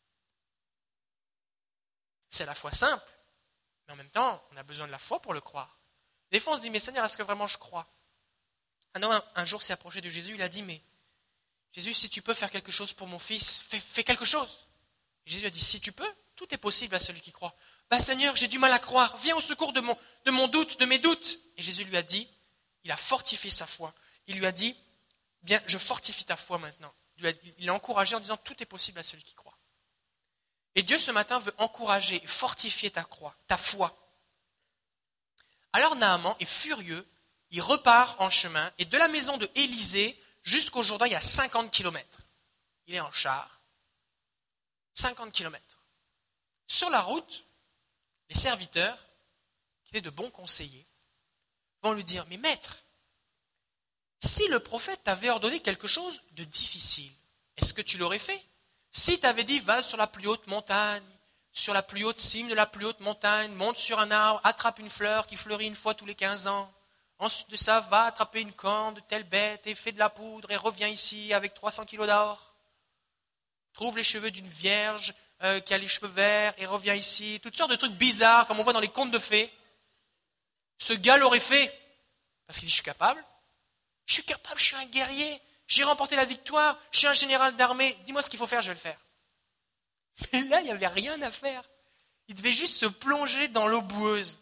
Speaker 1: C'est la foi simple, mais en même temps, on a besoin de la foi pour le croire. Des fois, on se dit, mais Seigneur, est-ce que vraiment je crois? Un homme, un jour, s'est approché de Jésus, il a dit, mais Jésus, si tu peux faire quelque chose pour mon fils, fais, fais quelque chose. Et Jésus a dit, si tu peux, tout est possible à celui qui croit. Bah Seigneur, j'ai du mal à croire, viens au secours de mon, de mon doute, de mes doutes. Et Jésus lui a dit, il a fortifié sa foi. Il lui a dit, bien, je fortifie ta foi maintenant. Il l'a encouragé en disant, tout est possible à celui qui croit. Et Dieu ce matin veut encourager et fortifier ta croix, ta foi. Alors Naaman est furieux, il repart en chemin, et de la maison de Élisée jusqu'au Jourdain, il y a cinquante kilomètres. Il est en char, cinquante kilomètres. Sur la route, les serviteurs, qui étaient de bons conseillers, vont lui dire, mais maître, si le prophète t'avait ordonné quelque chose de difficile, est-ce que tu l'aurais fait? Si t'avait dit, va sur la plus haute montagne, sur la plus haute cime de la plus haute montagne, monte sur un arbre, attrape une fleur qui fleurit une fois tous les quinze ans, Ensuite de ça, va attraper une corne de telle bête et fais de la poudre et reviens ici avec trois cents kilos d'or. Trouve les cheveux d'une vierge euh, qui a les cheveux verts et reviens ici. Toutes sortes de trucs bizarres comme on voit dans les contes de fées. Ce gars l'aurait fait parce qu'il dit je suis capable. Je suis capable, je suis un guerrier. J'ai remporté la victoire. Je suis un général d'armée. Dis-moi ce qu'il faut faire, je vais le faire. Mais là, il n'y avait rien à faire. Il devait juste se plonger dans l'eau boueuse.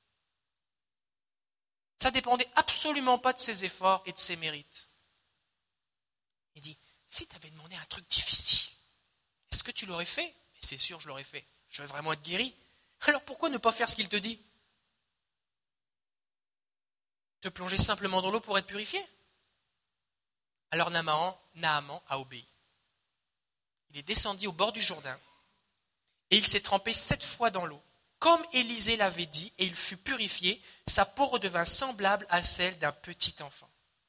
Speaker 1: Ça ne dépendait absolument pas de ses efforts et de ses mérites. Il dit, si tu avais demandé un truc difficile, est-ce que tu l'aurais fait? Mais c'est sûr, je l'aurais fait. Je veux vraiment être guéri. Alors pourquoi ne pas faire ce qu'il te dit? Te plonger simplement dans l'eau pour être purifié? Alors Naaman, Naaman a obéi. Il est descendu au bord du Jourdain et il s'est trempé sept fois dans l'eau, comme Élisée l'avait dit, et il fut purifié. Sa peau redevint semblable à celle d'un petit enfant.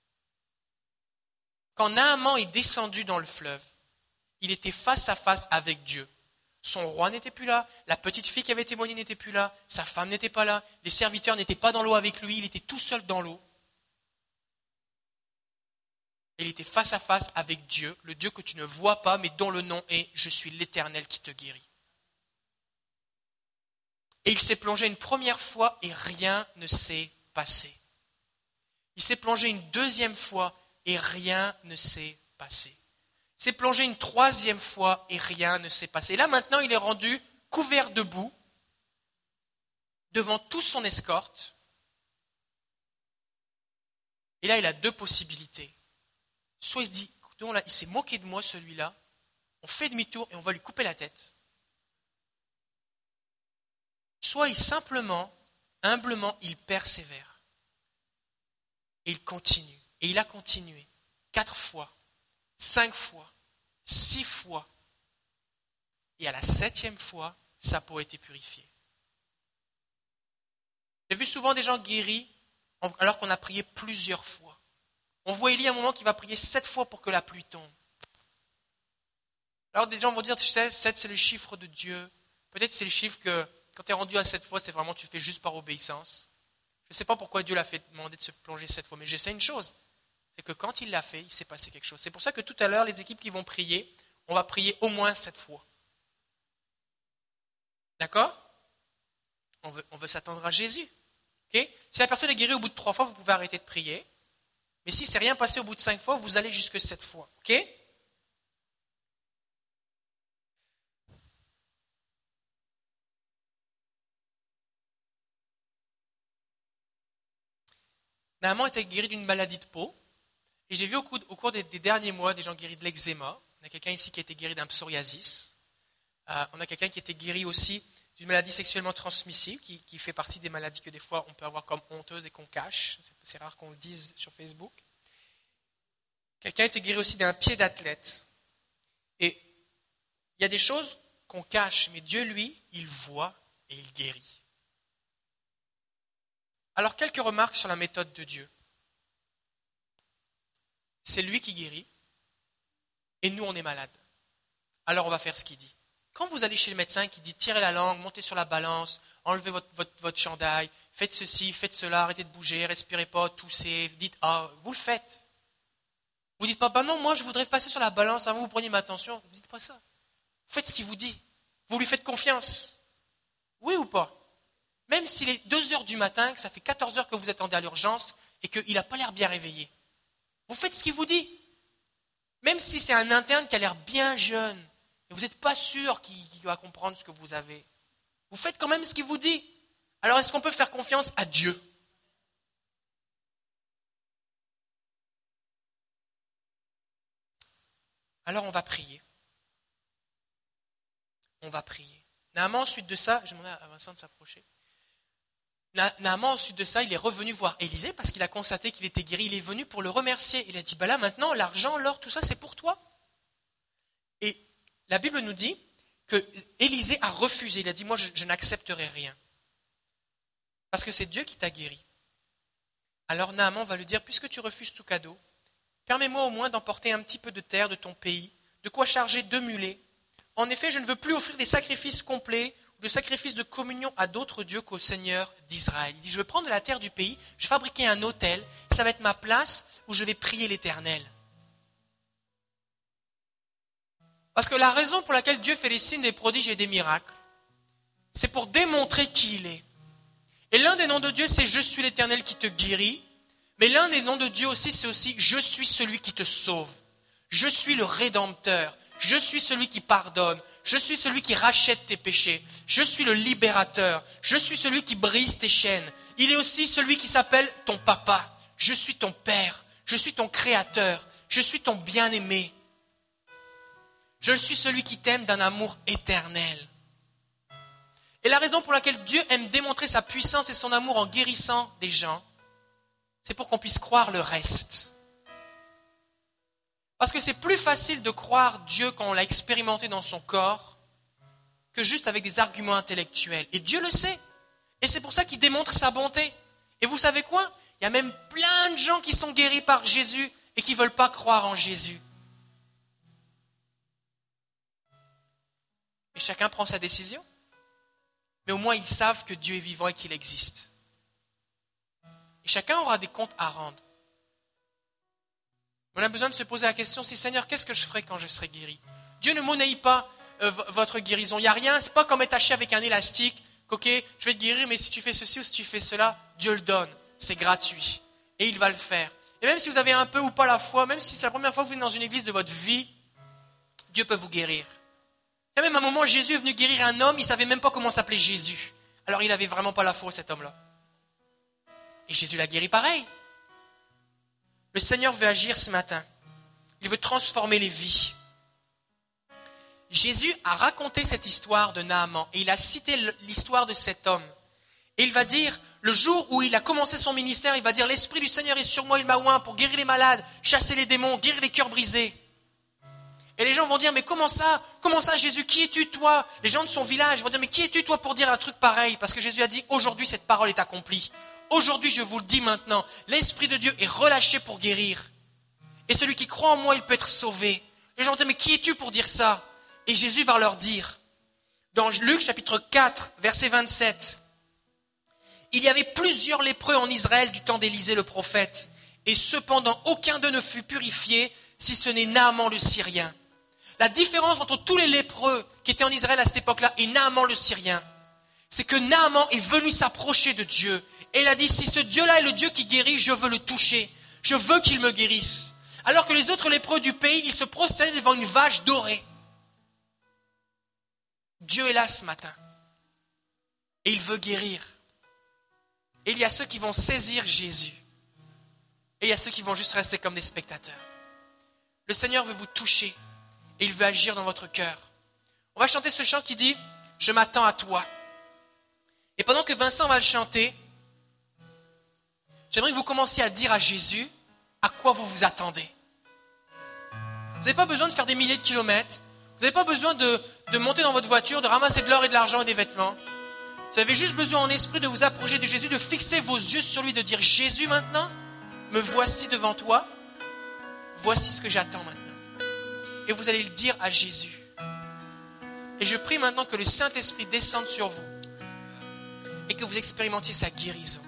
Speaker 1: Quand Naaman est descendu dans le fleuve, il était face à face avec Dieu. Son roi n'était plus là, la petite fille qui avait témoigné n'était plus là, sa femme n'était pas là, les serviteurs n'étaient pas dans l'eau avec lui, il était tout seul dans l'eau. Il était face à face avec Dieu, le Dieu que tu ne vois pas, mais dont le nom est « Je suis l'Éternel qui te guérit ». Et il s'est plongé une première fois et rien ne s'est passé. Il s'est plongé une deuxième fois et rien ne s'est passé. Il s'est plongé une troisième fois et rien ne s'est passé. Et là maintenant il est rendu couvert de boue devant toute son escorte. Et là il a deux possibilités. Soit il se dit, écoutons, là, il s'est moqué de moi celui-là, on fait demi-tour et on va lui couper la tête. Soit il simplement, humblement, il persévère. Et il continue. Et il a continué. Quatre fois, cinq fois, six fois. Et à la septième fois, sa peau a été purifiée. J'ai vu souvent des gens guéris alors qu'on a prié plusieurs fois. On voit Élie à un moment qui va prier sept fois pour que la pluie tombe. Alors des gens vont dire, tu sais, sept c'est le chiffre de Dieu. Peut-être c'est le chiffre que quand tu es rendu à sept fois, c'est vraiment tu le fais juste par obéissance. Je ne sais pas pourquoi Dieu l'a fait demander de se plonger sept fois, mais je sais une chose, c'est que quand il l'a fait, il s'est passé quelque chose. C'est pour ça que tout à l'heure, les équipes qui vont prier, on va prier au moins sept fois. D'accord? On veut, on veut s'attendre à Jésus. Okay? Si la personne est guérie au bout de trois fois, vous pouvez arrêter de prier. Mais si c'est rien passé au bout de cinq fois, vous allez jusque sept fois. Ok? Naaman était guéri d'une maladie de peau. Et j'ai vu au cours, au cours des, des derniers mois des gens guéris de l'eczéma. On a quelqu'un ici qui a été guéri d'un psoriasis. Euh, on a quelqu'un qui a été guéri aussi d'une maladie sexuellement transmissible, qui, qui fait partie des maladies que des fois on peut avoir comme honteuse et qu'on cache. C'est, c'est rare qu'on le dise sur Facebook. Quelqu'un a été guéri aussi d'un pied d'athlète. Et il y a des choses qu'on cache, mais Dieu, lui, il voit et il guérit. Alors, quelques remarques sur la méthode de Dieu. C'est lui qui guérit, et nous, on est malades. Alors, on va faire ce qu'il dit. Quand vous allez chez le médecin qui dit « tirez la langue, montez sur la balance, enlevez votre, votre, votre chandail, faites ceci, faites cela, arrêtez de bouger, respirez pas, toussez, dites « ah », vous le faites. Vous ne dites pas, ben non, moi je voudrais passer sur la balance avant que vous preniez ma attention. Vous ne dites pas ça. Vous faites ce qu'il vous dit. Vous lui faites confiance. Oui ou pas? Même s'il est deux heures du matin, que ça fait quatorze heures que vous attendez à l'urgence et qu'il n'a pas l'air bien réveillé. Vous faites ce qu'il vous dit. Même si c'est un interne qui a l'air bien jeune et vous n'êtes pas sûr qu'il, qu'il va comprendre ce que vous avez. Vous faites quand même ce qu'il vous dit. Alors est-ce qu'on peut faire confiance à Dieu? Alors on va prier. On va prier. Naaman, ensuite de ça, j'ai demandé à Vincent de s'approcher. Na- Naaman, ensuite de ça, il est revenu voir Élisée parce qu'il a constaté qu'il était guéri. Il est venu pour le remercier. Il a dit, bah là maintenant, l'argent, l'or, tout ça, c'est pour toi. Et la Bible nous dit que Élisée a refusé. Il a dit, moi, je, je n'accepterai rien. Parce que c'est Dieu qui t'a guéri. Alors Naaman va lui dire, puisque tu refuses tout cadeau, permets-moi au moins d'emporter un petit peu de terre de ton pays, de quoi charger deux mulets. En effet, je ne veux plus offrir des sacrifices complets de sacrifice de communion à d'autres dieux qu'au Seigneur d'Israël. Il dit, je vais prendre de la terre du pays, je vais fabriquer un autel, ça va être ma place où je vais prier l'Éternel. Parce que la raison pour laquelle Dieu fait des signes, des prodiges et des miracles, c'est pour démontrer qui il est. Et l'un des noms de Dieu, c'est « Je suis l'Éternel qui te guérit ». Mais l'un des noms de Dieu aussi, c'est aussi « Je suis celui qui te sauve ». Je suis le Rédempteur. Je suis celui qui pardonne. Je suis celui qui rachète tes péchés. Je suis le libérateur. Je suis celui qui brise tes chaînes. Il est aussi celui qui s'appelle ton papa. Je suis ton père. Je suis ton créateur. Je suis ton bien-aimé. Je suis celui qui t'aime d'un amour éternel. Et la raison pour laquelle Dieu aime démontrer sa puissance et son amour en guérissant des gens, c'est pour qu'on puisse croire le reste. Parce que c'est plus facile de croire Dieu quand on l'a expérimenté dans son corps que juste avec des arguments intellectuels. Et Dieu le sait. Et c'est pour ça qu'il démontre sa bonté. Et vous savez quoi ? Il y a même plein de gens qui sont guéris par Jésus et qui ne veulent pas croire en Jésus. Et chacun prend sa décision. Mais au moins ils savent que Dieu est vivant et qu'il existe. Et chacun aura des comptes à rendre. On a besoin de se poser la question, si Seigneur, qu'est-ce que je ferai quand je serai guéri ? Dieu ne monnaie pas euh, v- votre guérison. Il n'y a rien, c'est pas comme être attaché avec un élastique, qu'ok, je vais te guérir, mais si tu fais ceci ou si tu fais cela, Dieu le donne. C'est gratuit. Et il va le faire. Et même si vous avez un peu ou pas la foi, même si c'est la première fois que vous venez dans une église de votre vie, Dieu peut vous guérir. Il y a même un moment, Jésus est venu guérir un homme, il ne savait même pas comment s'appelait Jésus. Alors il n'avait vraiment pas la foi, cet homme-là. Et Jésus l'a guéri pareil. Le Seigneur veut agir ce matin. Il veut transformer les vies. Jésus a raconté cette histoire de Naaman et il a cité l'histoire de cet homme. Et il va dire, le jour où il a commencé son ministère, il va dire, l'Esprit du Seigneur est sur moi, il m'a oint pour guérir les malades, chasser les démons, guérir les cœurs brisés. Et les gens vont dire, mais comment ça ? Comment ça, Jésus ? Qui es-tu, toi ? Les gens de son village vont dire, mais qui es-tu, toi, pour dire un truc pareil ? Parce que Jésus a dit, aujourd'hui, cette parole est accomplie. Aujourd'hui, je vous le dis maintenant, l'Esprit de Dieu est relâché pour guérir. Et celui qui croit en moi, il peut être sauvé. Les gens vont dire, mais qui es-tu pour dire ça ? Et Jésus va leur dire, dans Luc chapitre quatre, verset vingt-sept, il y avait plusieurs lépreux en Israël du temps d'Élisée le prophète, et cependant aucun d'eux ne fut purifié, si ce n'est Naaman le Syrien. La différence entre tous les lépreux qui étaient en Israël à cette époque-là et Naaman le Syrien, c'est que Naaman est venu s'approcher de Dieu. Et il a dit, si ce Dieu-là est le Dieu qui guérit, je veux le toucher. Je veux qu'il me guérisse. Alors que les autres lépreux du pays, ils se prosternaient devant une vache dorée. Dieu est là ce matin. Et il veut guérir. Et il y a ceux qui vont saisir Jésus. Et il y a ceux qui vont juste rester comme des spectateurs. Le Seigneur veut vous toucher. Et il veut agir dans votre cœur. On va chanter ce chant qui dit, je m'attends à toi. Et pendant que Vincent va le chanter, j'aimerais que vous commenciez à dire à Jésus à quoi vous vous attendez. Vous n'avez pas besoin de faire des milliers de kilomètres. Vous n'avez pas besoin de, de monter dans votre voiture, de ramasser de l'or et de l'argent et des vêtements. Vous avez juste besoin en esprit de vous approcher de Jésus, de fixer vos yeux sur lui, de dire, Jésus maintenant, me voici devant toi. Voici ce que j'attends maintenant. Et vous allez le dire à Jésus. Et je prie maintenant que le Saint-Esprit descende sur vous et que vous expérimentiez sa guérison.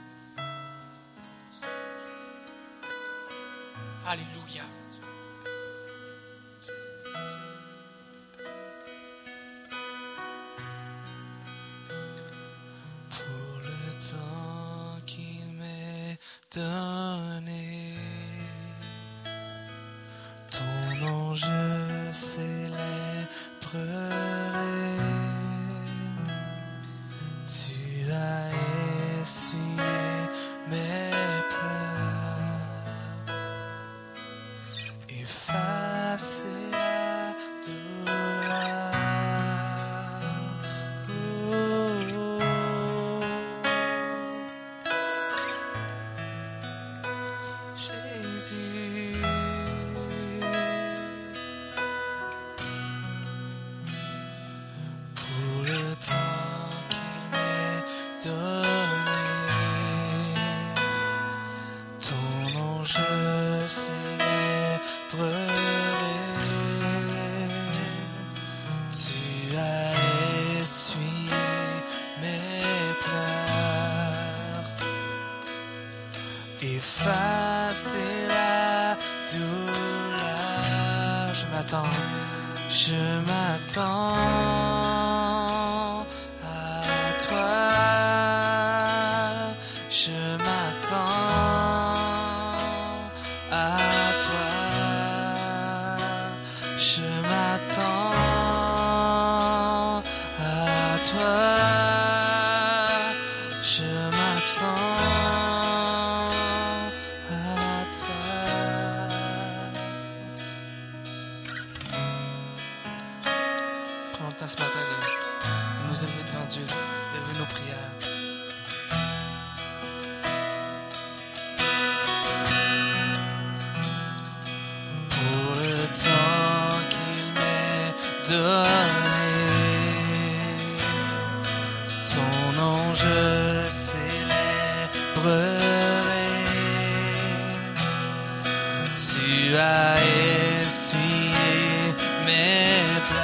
Speaker 1: Alléluia.
Speaker 2: Pour le temps qu'il m'est donné, ton nom je célébrerai. Tu as essuyé mes pleurs, effacé la douleur. Oh, Jésus. je m'attends à toi, je m'attends à toi, je m'attends à toi, je m'attends à toi. Prends le temps ce matin de nous élever devant Dieu, d'élever nos prières. Pour le temps qu'il m'est donné, ton nom je célébrerai. Tu as essuyé mes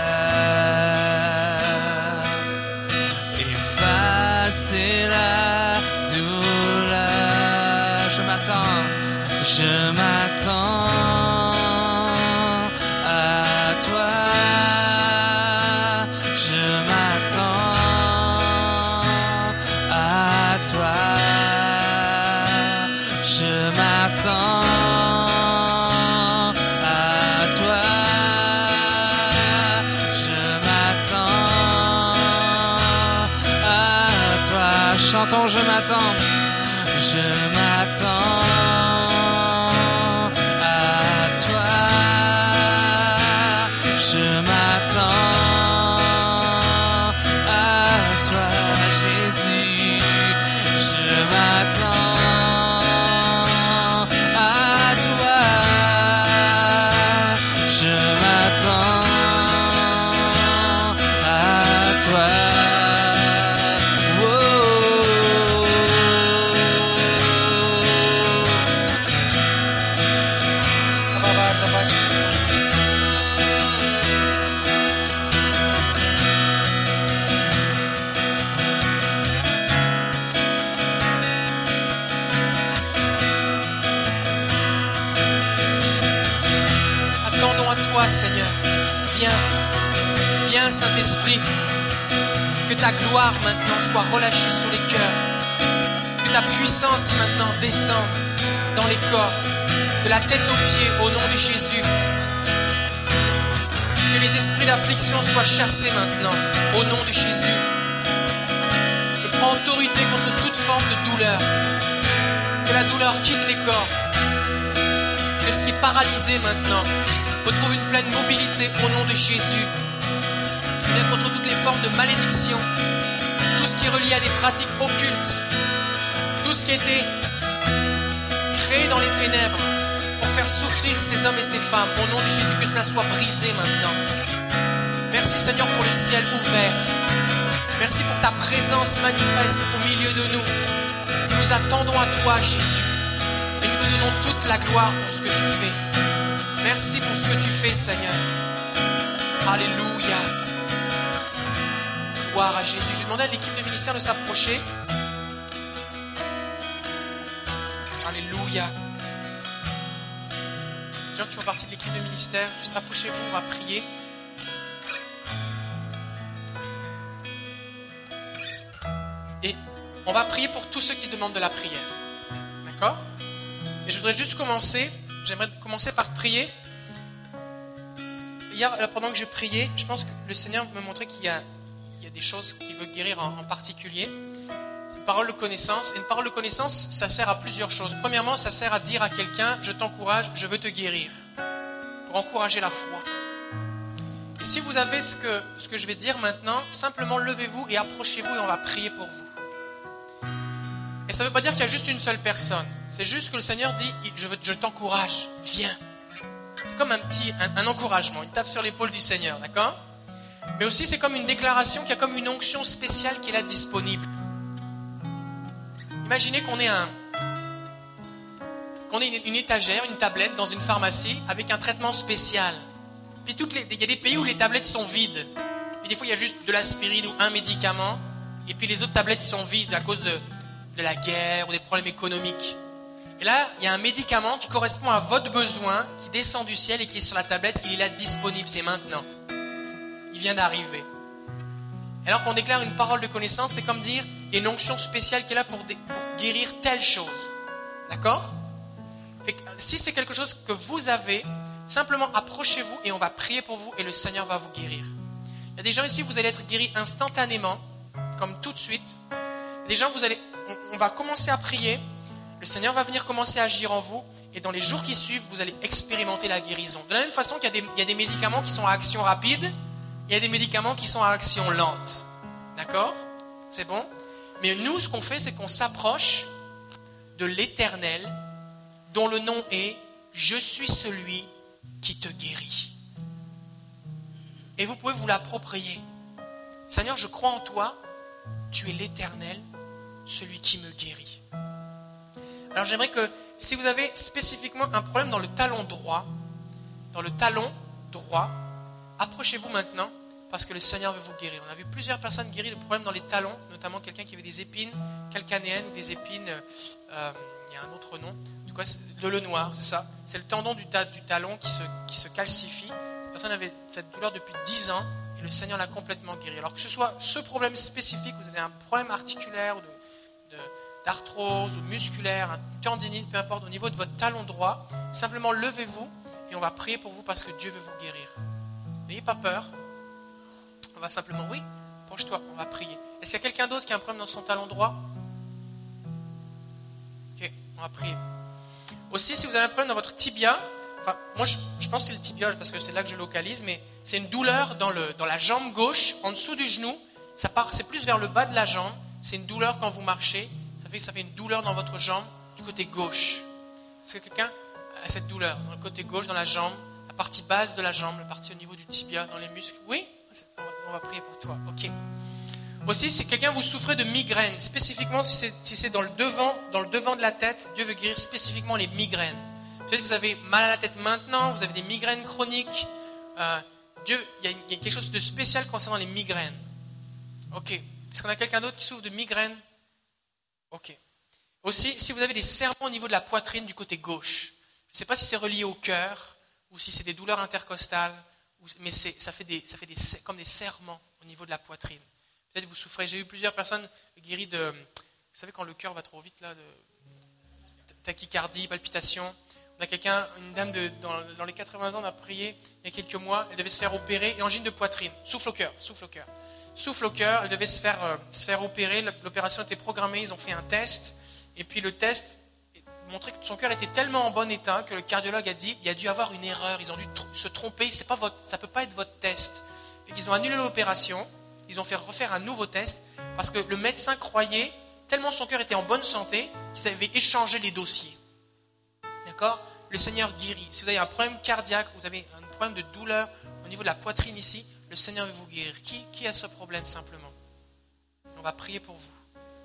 Speaker 2: pleurs, effacé la douleur. Je m'attends, je m'attends à toi, je m'attends à toi, je m'attends à toi, je m'attends à toi. Chantons, je m'attends, je m'attends à toi, je m'attends à toi, Jésus, je m'attends à toi, je m'attends à toi.
Speaker 1: Attendons à toi, Seigneur. Viens, viens, Saint-Esprit. Que ta gloire maintenant soit relâchée sur les cœurs. Que ta puissance maintenant descende dans les corps, de la tête aux pieds, au nom de Jésus. Que les esprits d'affliction soient chassés maintenant, au nom de Jésus. Je prends autorité contre toute forme de douleur. Que la douleur quitte les corps. Que ce qui est paralysé maintenant retrouve une pleine mobilité au nom de Jésus. Je viens contre toutes les formes de malédiction, tout ce qui est relié à des pratiques occultes, tout ce qui a été créé dans les ténèbres pour faire souffrir ces hommes et ces femmes. Au nom de Jésus, que cela soit brisé maintenant. Merci Seigneur pour le ciel ouvert. Merci pour ta présence manifeste au milieu de nous. Nous attendons à toi, Jésus, et nous te donnons toute la gloire pour ce que tu fais. Merci pour ce que tu fais, Seigneur. Alléluia. Gloire à Jésus. Je demandais à l'équipe de ministère de s'approcher. Alléluia. Les gens qui font partie de l'équipe de ministère, juste approchez-vous, on va prier. Et on va prier pour tous ceux qui demandent de la prière. D'accord ? Et je voudrais juste commencer, j'aimerais commencer par prier. Hier, pendant que je priais, je pense que le Seigneur me montrait qu'il y a, il y a des choses qu'il veut guérir en, en particulier. C'est une parole de connaissance. Et une parole de connaissance, ça sert à plusieurs choses. Premièrement, ça sert à dire à quelqu'un, je t'encourage, je veux te guérir. Pour encourager la foi. Et si vous avez ce que, ce que je vais dire maintenant, simplement levez-vous et approchez-vous et on va prier pour vous. Et ça ne veut pas dire qu'il y a juste une seule personne. C'est juste que le Seigneur dit, je, veux, je t'encourage, viens. C'est comme un petit un, un encouragement, une tape sur l'épaule du Seigneur, d'accord ? Mais aussi c'est comme une déclaration qui a comme une onction spéciale qui est là disponible. Imaginez qu'on ait un, qu'on ait une, une étagère, une tablette dans une pharmacie avec un traitement spécial. Puis toutes les, il y a des pays où les tablettes sont vides. Puis des fois il y a juste de l'aspirine ou un médicament. Et puis les autres tablettes sont vides à cause de, de la guerre ou des problèmes économiques. Et là, il y a un médicament qui correspond à votre besoin, qui descend du ciel et qui est sur la tablette. Il est là disponible, c'est maintenant. il vient d'arriver. Alors qu'on déclare une parole de connaissance, c'est comme dire, il y a une onction spéciale qui est là pour, dé- pour guérir telle chose. D'accord ? Fait que, si c'est quelque chose que vous avez, simplement approchez-vous et on va prier pour vous et le Seigneur va vous guérir. Il y a des gens ici, vous allez être guéris instantanément, comme tout de suite. Il y a des gens, vous allez, on, on va commencer à prier, le Seigneur va venir commencer à agir en vous et dans les jours qui suivent, vous allez expérimenter la guérison. De la même façon qu'il y a des, il y a des médicaments qui sont à action rapide, il y a des médicaments qui sont à action lente. D'accord ? C'est bon ? Mais nous, ce qu'on fait, c'est qu'on s'approche de l'Éternel, dont le nom est « Je suis celui qui te guérit ». Et vous pouvez vous l'approprier. Seigneur, je crois en toi, tu es l'Éternel, celui qui me guérit. Alors j'aimerais que, si vous avez spécifiquement un problème dans le talon droit, dans le talon droit, approchez-vous maintenant, parce que le Seigneur veut vous guérir. On a vu plusieurs personnes guéries de problèmes dans les talons, notamment quelqu'un qui avait des épines calcanéennes ou des épines, euh, il y a un autre nom, en tout cas le le noir, c'est ça. C'est le tendon du, ta, du talon qui se, qui se calcifie. Cette personne avait cette douleur depuis dix ans et le Seigneur l'a complètement guérie. Alors que ce soit ce problème spécifique, vous avez un problème articulaire, ou de, de, d'arthrose ou musculaire, un tendinite, peu importe, au niveau de votre talon droit, simplement levez-vous et on va prier pour vous parce que Dieu veut vous guérir. N'ayez pas peur. On va simplement, oui, penche-toi, on va prier. Est-ce qu'il y a quelqu'un d'autre qui a un problème dans son talon droit ? Ok, on va prier. Aussi, si vous avez un problème dans votre tibia, enfin, moi je, je pense que c'est le tibia parce que c'est là que je localise, mais c'est une douleur dans, le, dans la jambe gauche, en dessous du genou, ça part, c'est plus vers le bas de la jambe, c'est une douleur quand vous marchez, ça fait, ça fait une douleur dans votre jambe du côté gauche. Est-ce que quelqu'un a cette douleur dans le côté gauche, dans la jambe, la partie basse de la jambe, la partie au niveau du tibia, dans les muscles ? Oui ? On va prier pour toi, ok. Aussi, si quelqu'un vous souffrez de migraines, spécifiquement si c'est, si c'est dans, le devant, dans le devant de la tête, Dieu veut guérir spécifiquement les migraines. Peut-être que vous avez mal à la tête maintenant, vous avez des migraines chroniques. Euh, Dieu, il y, a, il y a quelque chose de spécial concernant les migraines. Ok. Est-ce qu'on a quelqu'un d'autre qui souffre de migraines ? Ok. Aussi, si vous avez des serrements au niveau de la poitrine du côté gauche, je ne sais pas si c'est relié au cœur ou si c'est des douleurs intercostales, mais c'est, ça fait, des, ça fait des, comme des serrements au niveau de la poitrine. Peut-être vous souffrez. J'ai eu plusieurs personnes guéries de... Vous savez quand le cœur va trop vite, là, de tachycardie, palpitations. On a quelqu'un, une dame de, dans, dans les quatre-vingts ans, on a prié il y a quelques mois. Elle devait se faire opérer et angine de poitrine. Souffle au cœur, souffle au cœur. Souffle au cœur, elle devait se faire, euh, se faire opérer. L'opération était programmée, ils ont fait un test. Et puis le test montrait que son cœur était tellement en bon état que le cardiologue a dit il y a dû avoir une erreur, ils ont dû tr- se tromper, c'est pas votre, ça ne peut pas être votre test. Et ils ont annulé l'opération, ils ont fait refaire un nouveau test parce que le médecin croyait, tellement son cœur était en bonne santé, qu'ils avaient échangé les dossiers. D'accord ? Le Seigneur guérit. Si vous avez un problème cardiaque, vous avez un problème de douleur au niveau de la poitrine ici, le Seigneur veut vous guérir. Qui, qui a ce problème simplement ? On va prier pour vous.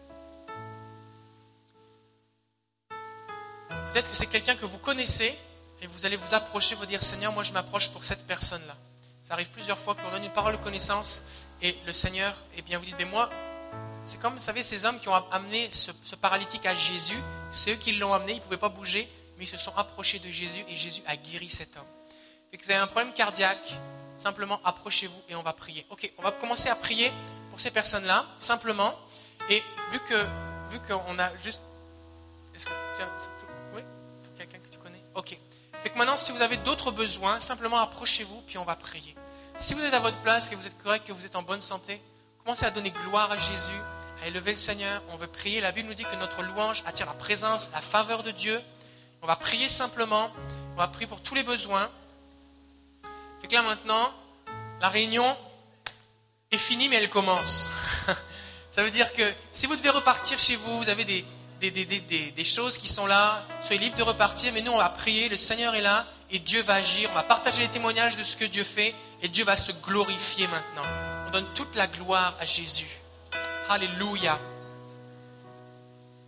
Speaker 1: Peut-être que c'est quelqu'un que vous connaissez et vous allez vous approcher, vous dire Seigneur, moi je m'approche pour cette personne-là. Ça arrive plusieurs fois qu'on donne une parole de connaissance et le Seigneur, eh bien vous dites, mais moi, c'est comme, vous savez, ces hommes qui ont amené ce, ce paralytique à Jésus, c'est eux qui l'ont amené, ils ne pouvaient pas bouger, mais ils se sont approchés de Jésus et Jésus a guéri cet homme. Fait que vous avez un problème cardiaque, simplement approchez-vous et on va prier. Ok, on va commencer à prier pour ces personnes-là, simplement, et vu que vu qu'on a juste... Est-ce que tu as... Oui, quelqu'un que tu connais. Ok. Fait que maintenant, si vous avez d'autres besoins, simplement approchez-vous, puis on va prier. Si vous êtes à votre place, que vous êtes correct, que vous êtes en bonne santé, commencez à donner gloire à Jésus, à élever le Seigneur. On veut prier. La Bible nous dit que notre louange attire la présence, la faveur de Dieu. On va prier simplement. On va prier pour tous les besoins. Fait que là maintenant, la réunion est finie, mais elle commence. Ça veut dire que si vous devez repartir chez vous, vous avez des... Des, des, des, des choses qui sont là, soyez libres de repartir, mais nous on va prier, le Seigneur est là et Dieu va agir, on va partager les témoignages de ce que Dieu fait et Dieu va se glorifier maintenant. On donne toute la gloire à Jésus. Alléluia.